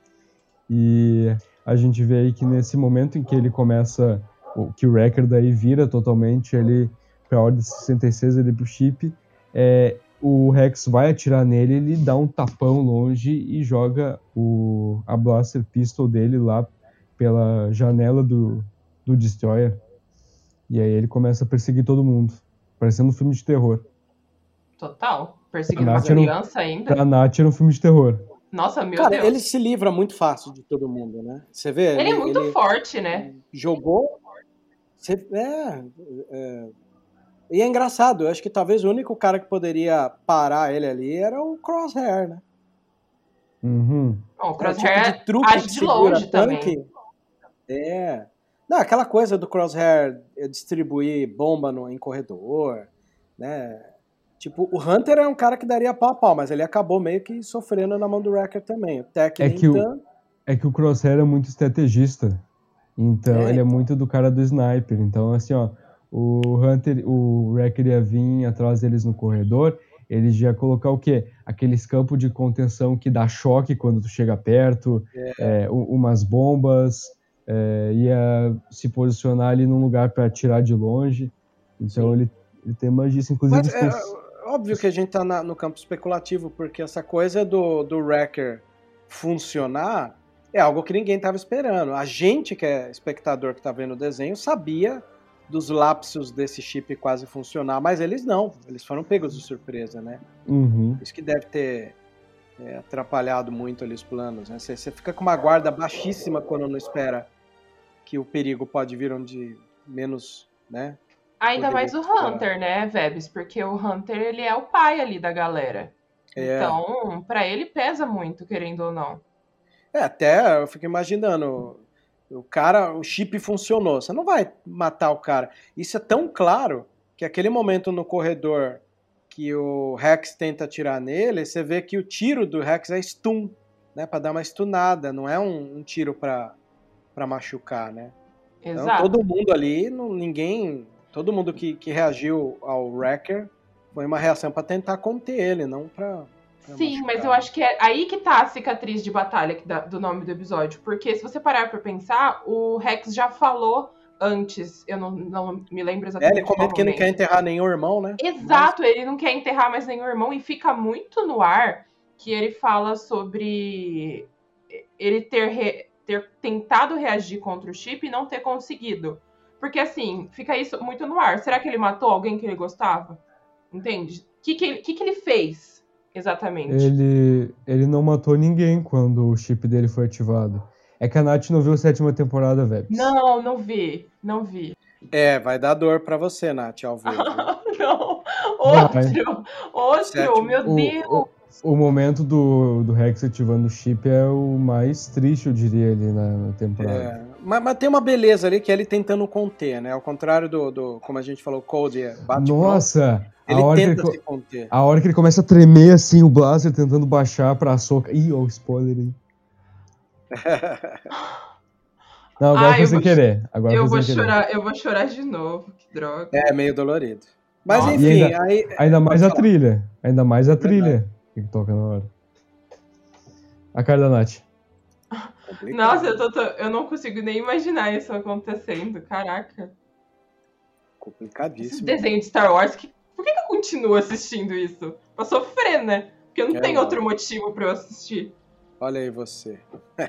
E a gente vê aí que nesse momento em que ele começa, o- que o Wrecker daí vira totalmente ele pra Ordem sessenta e seis, ele pro chip, é, o Rex vai atirar nele, ele dá um tapão longe e joga o, a Blaster Pistol dele lá pela janela do, do Destroyer. E aí ele começa a perseguir todo mundo, parecendo um filme de terror. Total. Perseguindo A uma Nath era um- criança ainda. Pra Nath era um filme de terror. Nossa, meu Cara, Deus. ele se livra muito fácil de todo mundo, né? Você vê? Ele é muito ele forte, né? jogou. Você, é, é. E é engraçado, eu acho que talvez o único cara que poderia parar ele ali era o Crosshair, né? Uhum. Bom, o É o Crosshair tipo de truque age que de segura longe tanque. também. É. Não, aquela coisa do Crosshair distribuir bomba no, em corredor, né? Tipo, o Hunter é um cara que daria pau a pau, mas ele acabou meio que sofrendo na mão do Wrecker também. O Tech É nem que o- tanto. É que o Crosshair é muito estrategista. Então, É. ele é muito do cara do sniper. Então, assim, ó, o Hunter, o Wrecker ia vir atrás deles no corredor, ele já ia colocar o quê? Aqueles campos de contenção que dá choque quando tu chega perto, é, u- umas bombas, é, ia se posicionar ali num lugar para atirar de longe. Então, ele, ele tem magia, inclusive... Mas é, os- óbvio que a gente tá na- no campo especulativo, porque essa coisa do, do Wrecker funcionar é algo que ninguém tava esperando. A gente, que é espectador que tá vendo o desenho, sabia dos lapsos desse chip quase funcionar, mas eles não. Eles foram pegos de surpresa, né? Uhum. Isso que deve ter é, atrapalhado muito ali os planos, né? Você, você fica com uma guarda baixíssima quando não espera que o perigo pode vir onde menos, né? Ainda mais o esperar. Hunter, né, Vebs? Porque o Hunter, ele é o pai ali da galera. É. Então, pra ele pesa muito, querendo ou não. É, até eu fico imaginando, o cara, o chip funcionou, você não vai matar o cara. Isso é tão claro que aquele momento no corredor que o Rex tenta atirar nele, você vê que o tiro do Rex é stun, né, pra dar uma stunada, não é um, um tiro pra, pra machucar, né? Exato. Então todo mundo ali, não, ninguém, todo mundo que, que reagiu ao Wrecker foi uma reação pra tentar conter ele, não pra... Sim, mas eu acho que é aí que tá a cicatriz de batalha que dá- do nome do episódio. Porque se você parar pra pensar, o Rex já falou antes, eu não, não me lembro É, exatamente ele comenta que não momento. quer enterrar nenhum irmão, né? Exato, ele não quer enterrar mais nenhum irmão e fica muito no ar que ele fala sobre ele ter, re- ter tentado reagir contra o Chip e não ter conseguido. Porque assim, fica isso muito no ar. Será que ele matou alguém que ele gostava? Entende? O que, que, ele- que, que ele fez exatamente? Ele, ele não matou ninguém quando o chip dele foi ativado. É que a Nath não viu a sétima temporada, velho. Não, não vi, não vi. É, vai dar dor pra você, Nath, ao ver. viu? Não, outro, outro, Sétimo. meu O, Deus. o, o momento do, do Rex ativando o chip é o mais triste, eu diria, ali na, na temporada. É, mas, mas tem uma beleza ali que é ele tentando conter, né? Ao contrário do, do como a gente falou, Cody bate Nossa! A ele hora, que tenta ele, se conter. a hora que ele começa a tremer assim, o blaster tentando baixar pra soca. Ih, ó, o spoiler aí. Não, agora Ai, foi eu sem vou- querer. Agora Eu foi vou sem querer. chorar, eu vou chorar de novo, que droga. É meio dolorido. Mas Nossa. enfim, E ainda- aí. Ainda mais a pode falar. trilha. Ainda mais a Verdade. trilha que toca na hora. A cara da Nath. Complicado. Nossa, eu, tô, tô- eu não consigo nem imaginar isso acontecendo. Caraca. Esse Complicadíssimo. desenho de Star Wars, que, por que, que eu continuo assistindo isso? Pra sofrer, né? Porque não É, tem não. outro motivo pra eu assistir. Olha aí você.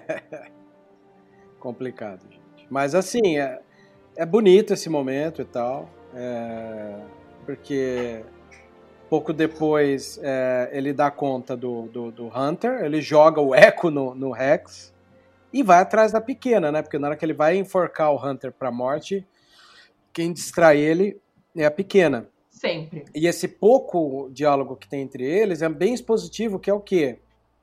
Complicado, gente. Mas assim, é, é bonito esse momento e tal. é, porque pouco depois é, ele dá conta do, do, do Hunter, ele joga o Echo no, no Rex e vai atrás da pequena, né? Porque na hora que ele vai enforcar o Hunter pra morte, quem distrai ele é a pequena. Sempre. E esse pouco diálogo que tem entre eles é bem expositivo, que é o quê?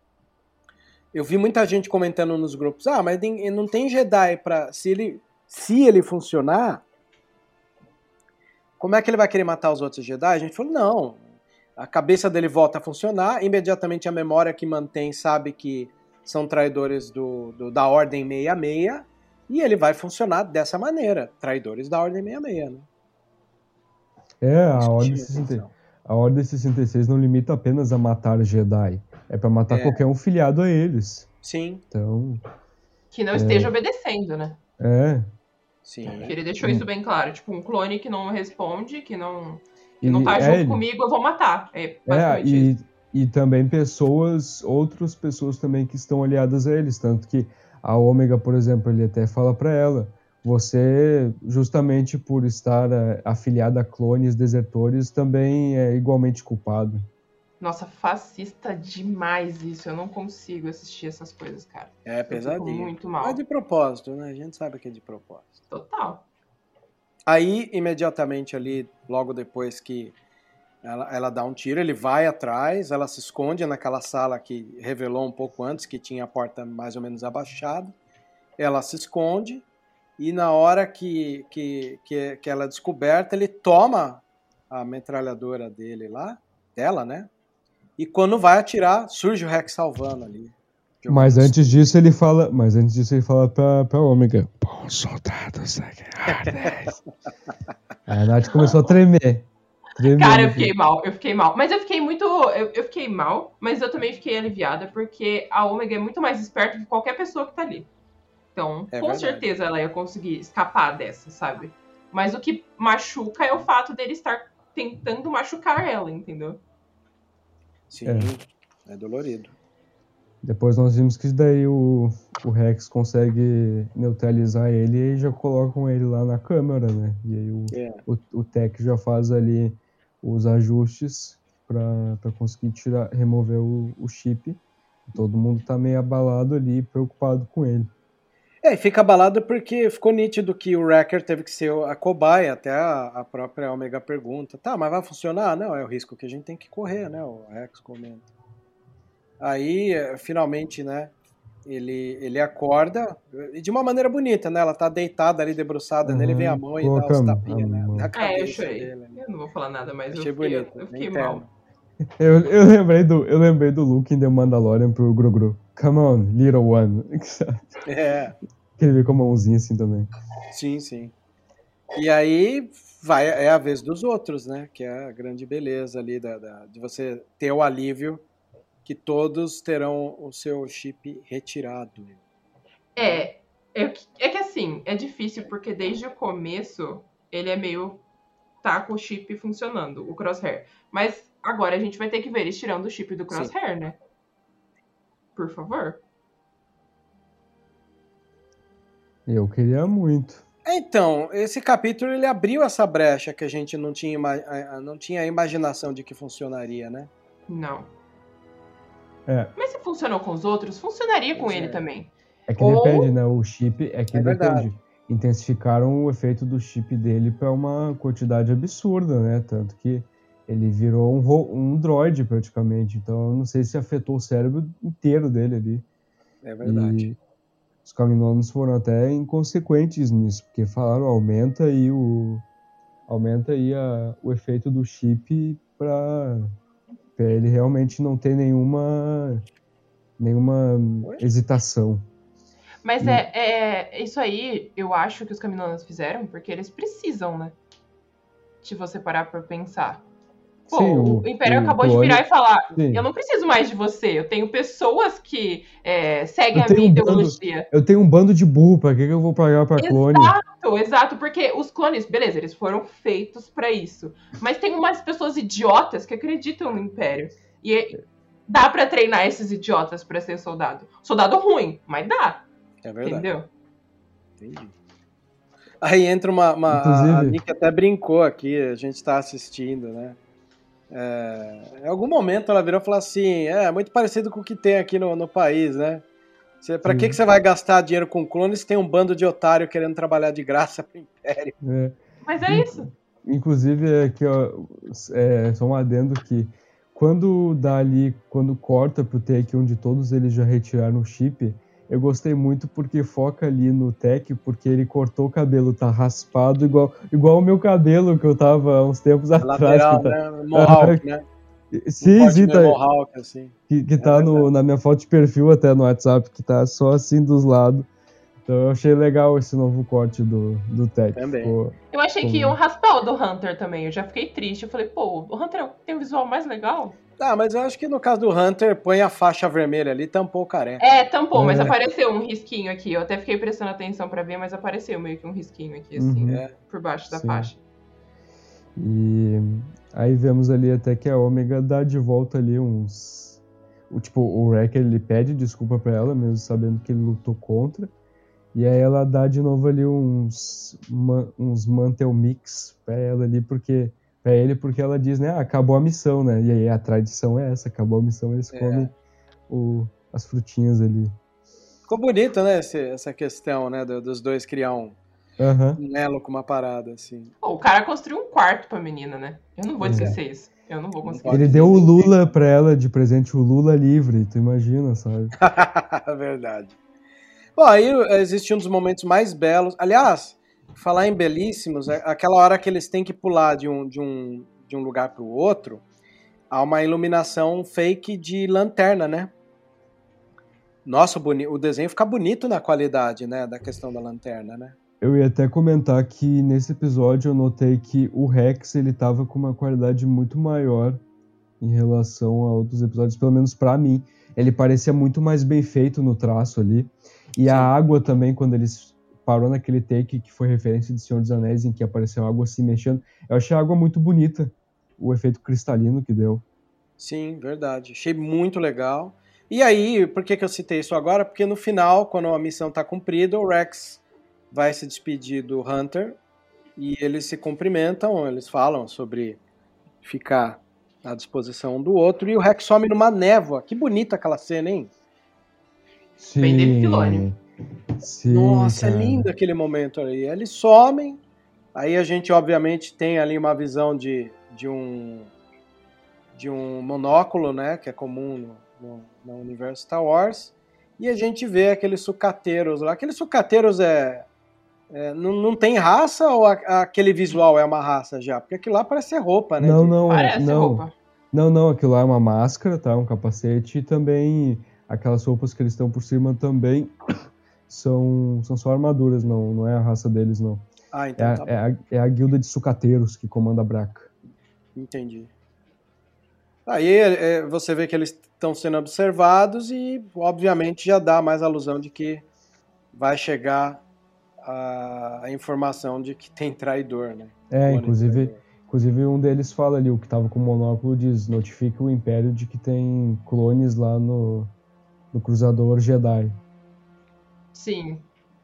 Eu vi muita gente comentando nos grupos, ah, mas tem- não tem Jedi pra... Se ele, se ele funcionar, como é que ele vai querer matar os outros Jedi? A gente falou, não. A cabeça dele volta a funcionar, imediatamente a memória que mantém sabe que são traidores do, do- da Ordem sessenta e seis, e ele vai funcionar dessa maneira, traidores da Ordem sessenta e seis, né? É, a Isso Ordem, chama sessenta, atenção. a Ordem sessenta e seis não limita apenas a matar Jedi. É pra matar É. qualquer um filiado a eles. Sim, Então, Que não esteja obedecendo, né? é. sim. Que ele deixou isso bem claro. Tipo, um clone que não responde, que não, que E, não tá é, junto ele- comigo, eu vou matar. É É, basicamente isso. e, e também pessoas, outras pessoas também que estão aliadas a eles, tanto que a Ômega, por exemplo, ele até fala pra ela, você, justamente por estar é, afiliada a clones desertores, também é igualmente culpado. Nossa, fascista demais isso. Eu não consigo assistir essas coisas, cara. É Eu fico pesadinho. muito mal. É de propósito, né? A gente sabe que é de propósito. Total. Aí, imediatamente ali, logo depois que ela, ela dá um tiro, ele vai atrás, ela se esconde naquela sala que revelou um pouco antes, que tinha a porta mais ou menos abaixada. Ela se esconde e na hora que, que, que, que ela é descoberta, ele toma a metralhadora dele lá, dela, né? E quando vai atirar, surge o Rex salvando ali. Mas antes disso ele fala, mas antes disso ele fala pra, pra Ômega, bons soldados aguerrados. Aí a Nath começou a tremer. tremer Cara, eu assim. fiquei mal, eu fiquei mal. Mas eu fiquei muito. Eu, eu fiquei mal, mas eu também fiquei aliviada, porque a Ômega é muito mais esperta que qualquer pessoa que tá ali. Então, É com verdade. certeza ela ia conseguir escapar dessa, sabe? Mas o que machuca é o fato dele estar tentando machucar ela, entendeu? Sim, É. é dolorido. Depois nós vimos que daí o, o Rex consegue neutralizar ele e já colocam ele lá na câmera, né? E aí o, É. o, o Tech já faz ali os ajustes pra, pra conseguir tirar, remover o, o chip. Todo mundo tá meio abalado ali, preocupado com ele. É, e fica abalado porque ficou nítido que o Wrecker teve que ser a cobaia, até a, a própria Omega pergunta, tá, mas vai funcionar? Não, é o risco que a gente tem que correr, né, o Rex comenta. Aí, finalmente, né, ele, ele acorda, e de uma maneira bonita, né, ela tá deitada ali, debruçada Uhum, nele, vem a mão e dá coloca uns a tapinhas, né, mão. na É, eu cabeça chorei. dele. Né? Eu não vou falar nada, mas Achei eu fiquei, bonito, eu fiquei bem mal. terno. Eu, eu, lembrei do, eu lembrei do Luke em The Mandalorian pro Gru-Gru. Come on, little one. É, Que ele veio com a mãozinha assim também. sim, sim. E aí vai, é a vez dos outros, né? Que é a grande beleza ali da, da- de você ter o alívio que todos terão o seu chip retirado. É, é, que- é que assim, é difícil porque desde o começo ele é meio. Tá com o chip funcionando, o Crosshair. Mas agora a gente vai ter que ver eles tirando o chip do Crosshair, né? Por favor. Eu queria muito. Então, esse capítulo ele abriu essa brecha que a gente não tinha, ima- a- a- não tinha a imaginação de que funcionaria, né? Não. É. Mas se funcionou com os outros, funcionaria com Pois ele é. também. É que Ou- depende, né? O chip é que É depende. verdade. Intensificaram o efeito do chip dele para uma quantidade absurda, né? Tanto que ele virou um, ro- um droid praticamente. Então eu não sei se afetou o cérebro inteiro dele ali. É verdade. E os Kaminoans foram até inconsequentes nisso, porque falaram aumenta aí o aumenta aí a, o efeito do chip para ele realmente não ter nenhuma nenhuma Oi? hesitação. Mas Hum. é, é isso aí, eu acho que os Kaminoans fizeram porque eles precisam, né? Se você parar pra pensar. Pô, Sim, o, o- Império o acabou de clone- virar e falar: Sim. eu não preciso mais de você, eu tenho pessoas que é, seguem Eu a tenho minha um bando- ideologia. Eu tenho um bando de burro, pra que, que eu vou pagar pra clone? Exato, exato, porque os clones, beleza, eles foram feitos pra isso. Mas tem umas pessoas idiotas que acreditam no Império. E é- dá pra treinar esses idiotas pra ser soldado. Soldado ruim, mas dá, É verdade. entendeu? Entendi. Aí entra uma. uma a, a Inclusive- Nick até brincou aqui, a gente tá assistindo, né? É, em algum momento ela virou e falou assim: é muito parecido com o que tem aqui no, no país, né? Você, pra Sim. que, que você vai gastar dinheiro com clones se tem um bando de otário querendo trabalhar de graça pro Império? É. Mas é isso. Inclusive, é que, ó, é, só um adendo que quando dá ali, quando corta pro take onde todos eles já retiraram o chip, eu gostei muito porque foca ali no Tech, porque ele cortou o cabelo, tá raspado igual, igual o meu cabelo que eu tava há uns tempos atrás. Lateral, que tá, né? Mohawk, né? sim, Um corte sim, meio tá, Mohawk, assim. que, que É tá no, verdade. na minha foto de perfil até no WhatsApp, que tá só assim dos lados. Então eu achei legal esse novo corte do, do Tech. Também. Ficou- Eu achei que Como? iam raspar o do Hunter também. Eu já fiquei triste. Eu falei, pô, o Hunter tem um visual mais legal. Ah, mas eu acho que no caso do Hunter, põe a faixa vermelha ali, tampou o careca. É, tampou, mas É. apareceu um risquinho aqui. Eu até fiquei prestando atenção pra ver, mas apareceu meio que um risquinho aqui, assim, Uhum. É. por baixo da Sim. faixa. E aí vemos ali até que a Ômega dá de volta ali uns... O, tipo, o Wrecker, ele pede desculpa pra ela, mesmo sabendo que ele lutou contra. E aí ela dá de novo ali uns, ma- uns Mantle Mix pra ela ali, porque... Pra ele, porque ela diz, né, ah, acabou a missão, né? E aí a tradição é essa, acabou a missão, eles É. comem o, as frutinhas ali. Ficou bonito, né, esse- essa questão, né, do- dos dois criar um Aham. um elo com uma parada, assim. Pô, o cara construiu um quarto pra menina, né? Eu não vou É. esquecer isso. Eu não vou Não conseguir. pode Ele dizer deu o ninguém. Lula pra ela de presente, o Lula livre, tu imagina, sabe? Verdade. Bom, aí existe um dos momentos mais belos. Aliás, falar em belíssimos, é aquela hora que eles têm que pular de um, de um, de um lugar para o outro, há uma iluminação fake de lanterna, né? Nossa, o, boni- o desenho fica bonito na qualidade, né, da questão da lanterna, né? Eu ia até comentar que nesse episódio eu notei que o Rex ele tava com uma qualidade muito maior em relação a outros episódios, pelo menos pra mim. Ele parecia muito mais bem feito no traço ali. E Sim. a água também, quando eles parou naquele take que foi referência de Senhor dos Anéis, em que apareceu a água se mexendo, eu achei a água muito bonita, o efeito cristalino que deu. Sim, verdade. Achei muito legal. E aí, por que, que eu citei isso agora? Porque no final, quando a missão tá cumprida, o Rex vai se despedir do Hunter e eles se cumprimentam, eles falam sobre ficar à disposição um do outro, e o Rex some numa névoa. Que bonita aquela cena, hein? Sim. Bem Dave Filoni. Sim, Nossa, cara. é lindo aquele momento ali. Eles somem, aí a gente obviamente tem ali uma visão de, de um de um monóculo, né, que é comum no, no, no universo Star Wars, e a gente vê aqueles sucateiros lá. Aqueles sucateiros é, é não, não tem raça ou a, aquele visual é uma raça já? Porque aquilo lá parece ser roupa, né? Não, de... não, Parece não. roupa. Não, não, aquilo lá é uma máscara, tá? Um capacete, e também aquelas roupas que eles estão por cima também são, são só armaduras, não, não é a raça deles, não. Ah, então É, a- tá bom. é, a, é a guilda de sucateiros que comanda a Braca. Entendi. Aí é, você vê que eles estão sendo observados e, obviamente, já dá mais alusão de que vai chegar a, a informação de que tem traidor, né? É, Clone inclusive, traidor. inclusive um deles fala ali, o que tava com o monóculo diz, notifica o Império de que tem clones lá no, no Cruzador Jedi. Sim.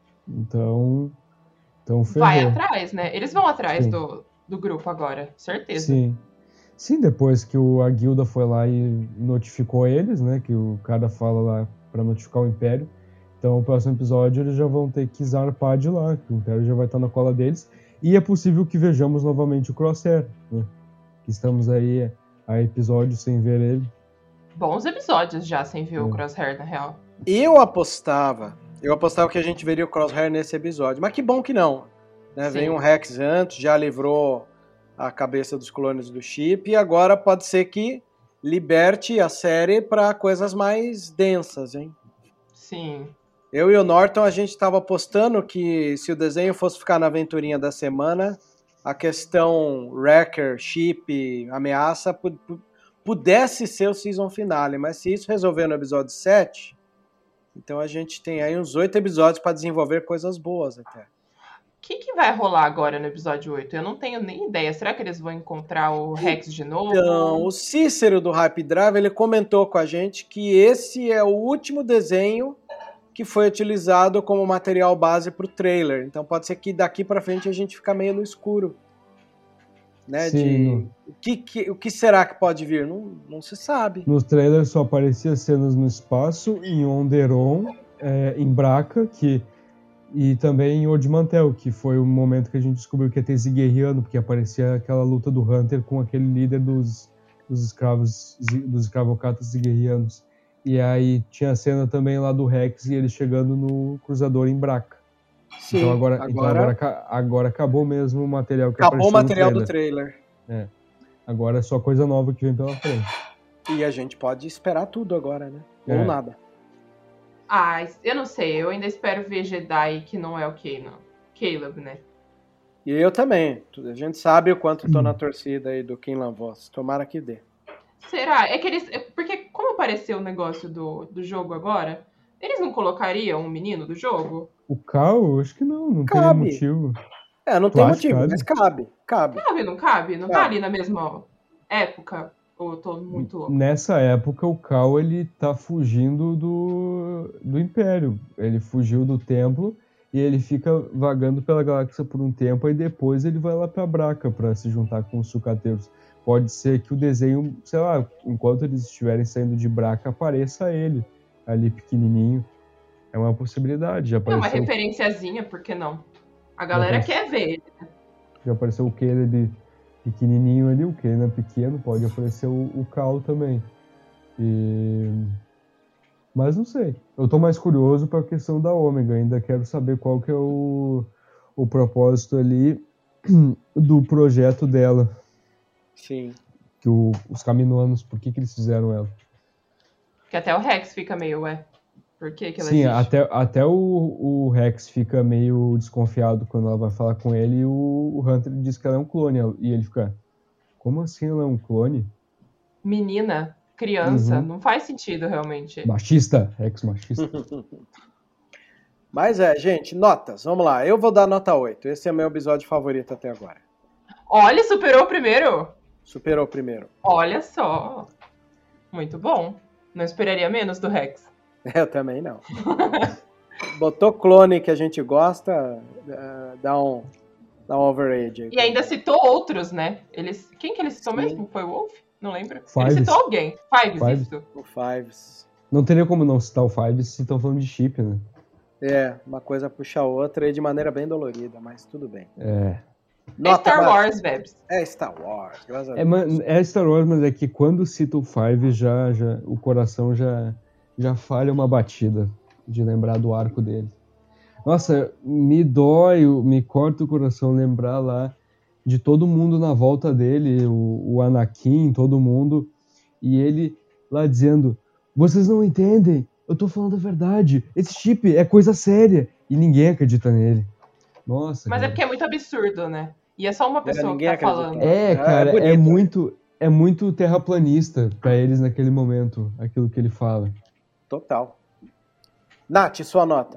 Então, então ferrou. Vai atrás, né? Eles vão atrás Sim. do, do grupo agora, certeza. Sim. Sim, depois que o, a guilda foi lá e notificou eles, né? Que o cara fala lá pra notificar o Império. Então, no próximo episódio, eles já vão ter que zarpar de lá, que o Império já vai estar na cola deles. E é possível que vejamos novamente o Crosshair, né? Que estamos aí a episódios sem ver ele. Bons episódios já sem ver o Hum. Crosshair, na real. Eu apostava, eu apostava que a gente veria o Crosshair nesse episódio, mas que bom que não. Né? Sim. Vem um Rex antes, já livrou a cabeça dos clones do chip, e agora pode ser que liberte a série para coisas mais densas, hein? Sim. Eu e o Norton, a gente estava apostando que se o desenho fosse ficar na aventurinha da semana, a questão Wrecker, chip, ameaça, pu- pu- pudesse ser o season finale, mas se isso resolver no episódio sete, então a gente tem aí uns oito episódios para desenvolver coisas boas até. O que, que vai rolar agora no episódio oito? Eu não tenho nem ideia. Será que eles vão encontrar o Rex de novo? Então, o Cícero do Hype Drive, ele comentou com a gente que esse é o último desenho que foi utilizado como material base para o trailer. Então pode ser que daqui para frente a gente fica meio no escuro. Né? Sim, De... no- O, que, que- o que será que pode vir? Não, não se sabe. Nos trailers só aparecia cenas no espaço, em Onderon, é, em Braca, que, e também em Odimantel, que foi o momento que a gente descobriu que ia ter Ziguerriano, porque aparecia aquela luta do Hunter com aquele líder dos, dos escravos, zi- dos escravocatas Ziguerrianos. E aí tinha a cena também lá do Rex e ele chegando no cruzador em Braca. Sim, Então agora, agora, então agora, ca- agora acabou mesmo o material que acabou o apareceu material no do trailer. trailer. Agora é só coisa nova que vem pela frente. E a gente pode esperar tudo agora, né? É. Ou nada. Ah, eu não sei. Eu ainda espero ver Jedi que não é o Kanan. Caleb, né? E eu também. A gente sabe o quanto tô na torcida aí do Kinlan Voss. Tomara que dê. Será? É que eles... é porque como apareceu o negócio do, do jogo agora, eles não colocariam um menino do jogo? O Cal, acho que não, não Cabe. teria motivo. É, não Tu tem acha, motivo, cabe? mas cabe. Cabe. Cabe, não cabe? Não tá Cabe. ali na mesma época? Ou eu tô muito louco? Nessa época, o Cal, ele tá fugindo do, do Império. Ele fugiu do Templo e ele fica vagando pela galáxia por um tempo, e depois ele vai lá pra Braca pra se juntar com os sucateiros. Pode ser que o desenho, sei lá, enquanto eles estiverem saindo de Braca, apareça ele ali pequenininho. É uma possibilidade. Já É uma apareceu, referenciazinha, por que não? A galera Uhum. quer ver ele. já apareceu o Caleb pequenininho ali, o Kanan pequeno, pode aparecer o, o Cal também. E... Mas não sei. Eu tô mais curioso pra questão da Ômega. Ainda quero saber qual que é o, o propósito ali do projeto dela. Sim. Que o- os Kaminoanos, por que que eles fizeram ela? Que até o Rex fica meio, ué. Por que que ela Sim, existe? até, até o, o Rex fica meio desconfiado quando ela vai falar com ele, e o, o Hunter diz que ela é um clone. E ele fica, como assim ela é um clone? Menina, criança, Uhum. não faz sentido realmente. Machista, Rex machista. Mas é, gente, notas. Vamos lá. Eu vou dar nota oito. Esse é meu episódio favorito até agora. Olha, superou o primeiro. Superou o primeiro. Olha só. Muito bom. Não esperaria menos do Rex. Eu também não. Botou clone que a gente gosta, eh, dá um, dá um overage aí. E ainda citou outros, né? Eles... Quem que ele citou Sim. mesmo? Foi o Wolf? Não lembra? Fives. Ele citou alguém. Fives, Fives. isso. O Fives. Não teria como não citar o Fives se estão falando de chip, né? É, uma coisa puxa a outra e de maneira bem dolorida, mas tudo bem. É. É Star Wars, Vebs. É Star Wars, graças a É, Deus. mas- é Star Wars, mas é que quando cita o Five, já, já, o coração já, já falha uma batida de lembrar do arco dele. Nossa, me dói, me corta o coração lembrar lá de todo mundo na volta dele, o, o Anakin, todo mundo, e ele lá dizendo, vocês não entendem, eu tô falando a verdade, esse chip é coisa séria, e ninguém acredita nele. Nossa, Mas é cara. porque é muito absurdo, né? E é só uma pessoa que ninguém tá acredita. falando. É, É, cara, é bonito, é, né? muito, é muito terraplanista pra eles naquele momento, aquilo que ele fala. Total. Nath, sua nota.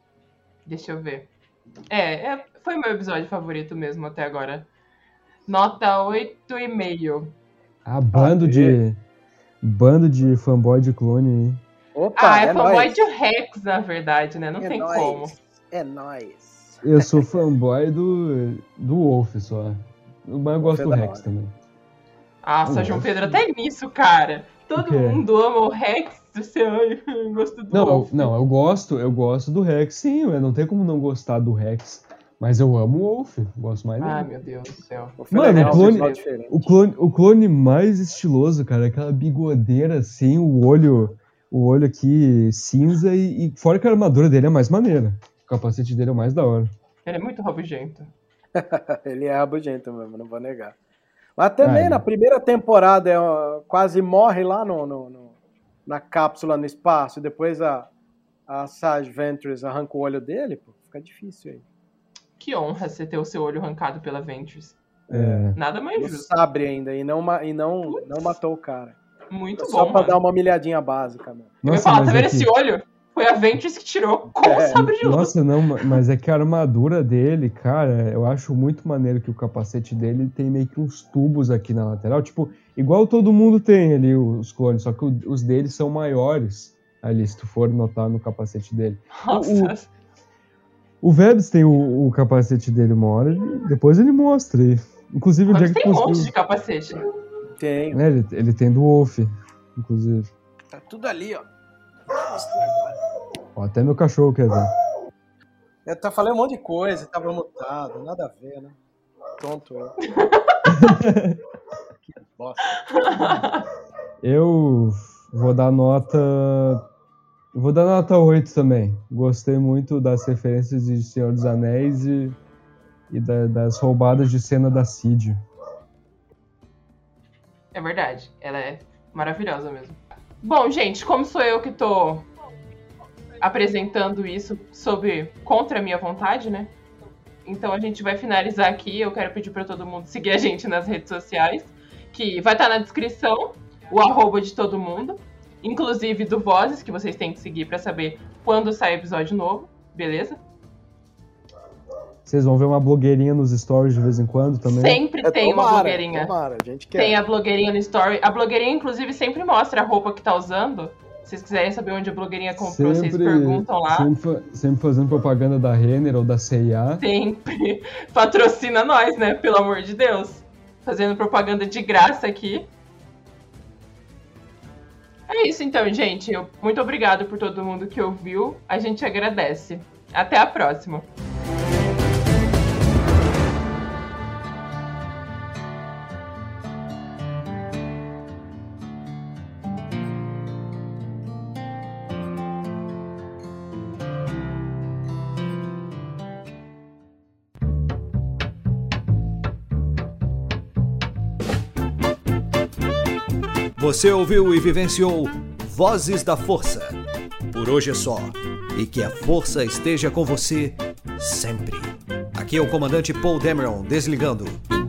Deixa eu ver. É, é, foi meu episódio favorito mesmo até agora. Nota oito e meio. Ah, bando Ah, de. Bando de fanboy de clone aí. Opa, Ah, é, é fanboy nóis. de Rex, na verdade, né? Não É tem nóis. como. É nóis. Eu sou fanboy do. do Wolf só. Mas eu gosto do é da Rex hora. também. Nossa, Hum. João Pedro, até nisso, cara. Todo O quê? mundo ama o Rex. Você, ai, eu gosto do Não, eu, Wolf. não, eu gosto, eu gosto do Rex, sim, eu não tem como não gostar do Rex. Mas eu amo o Wolf, gosto mais dele. Ai, meu Deus do céu. Foi Mano, legal, o clone- visual diferente. O clone, o clone mais estiloso, cara, aquela bigodeira assim, o olho, o olho aqui cinza e, e fora que a armadura dele é mais maneira. O capacete dele é o mais da hora. Ele é muito rabugento. Ele é rabugento mesmo, não vou negar. Mas também Ai. na primeira temporada é, ó, quase morre lá no, no- no- na cápsula no espaço. Depois a, a Sage Ventress arranca o olho dele. Pô, fica difícil aí. Que honra você ter o seu olho arrancado pela Ventress. É. Nada mais No justo. sabre ainda. E não, ma- e não, não matou o cara. Muito Só bom, pra mano. dar uma humilhadinha básica, mano. Eu ia Nossa, falar, mas tá vendo é que- esse olho? Foi a Ventress que tirou com É, o sabre de luz. Nossa, não, ma- mas é que a armadura dele, cara, eu acho muito maneiro que o capacete dele tem meio que uns tubos aqui na lateral, tipo, igual todo mundo tem ali, os clones, só que o- os deles são maiores ali, se tu for notar no capacete dele. Nossa. O Vebs tem o, o capacete dele uma hora, e depois ele mostra aí. Inclusive, onde é Mas que tem um conseguiu? monte de capacete. Tem. É, ele, ele tem do Wolf, inclusive. Tá tudo ali, ó. Ó, até meu cachorro quer ver. Eu tá, falei um monte de coisa, tava mutado, nada a ver, né? Tonto eu. Que bosta. Eu vou dar nota. Vou dar nota oito também. Gostei muito das referências de Senhor dos Anéis e, e da- das roubadas de cena da Cid. É verdade, ela é maravilhosa mesmo. Bom, gente, como sou eu que tô apresentando isso sob contra a minha vontade, né? Então a gente vai finalizar aqui. Eu quero pedir pra todo mundo seguir a gente nas redes sociais, que vai estar na descrição, o arroba de todo mundo, inclusive do Vozes, que vocês têm que seguir pra saber quando sai episódio novo, beleza? Vocês vão ver uma blogueirinha nos stories de vez em quando também. Sempre É, tem uma tomara, blogueirinha. Tomara, a gente quer. Tem a blogueirinha no story. A blogueirinha, inclusive, sempre mostra a roupa que tá usando. Se vocês quiserem saber onde a blogueirinha comprou, vocês perguntam lá. Sempre, fa- sempre fazendo propaganda da Renner ou da C e A. Sempre. Patrocina nós, né? Pelo amor de Deus. Fazendo propaganda de graça aqui. É isso então, gente. Eu- Muito obrigado por todo mundo que ouviu. A gente agradece. Até a próxima. Você ouviu e vivenciou Vozes da Força. Por hoje é só. E que a força esteja com você sempre. Aqui é o comandante Paul Dameron desligando.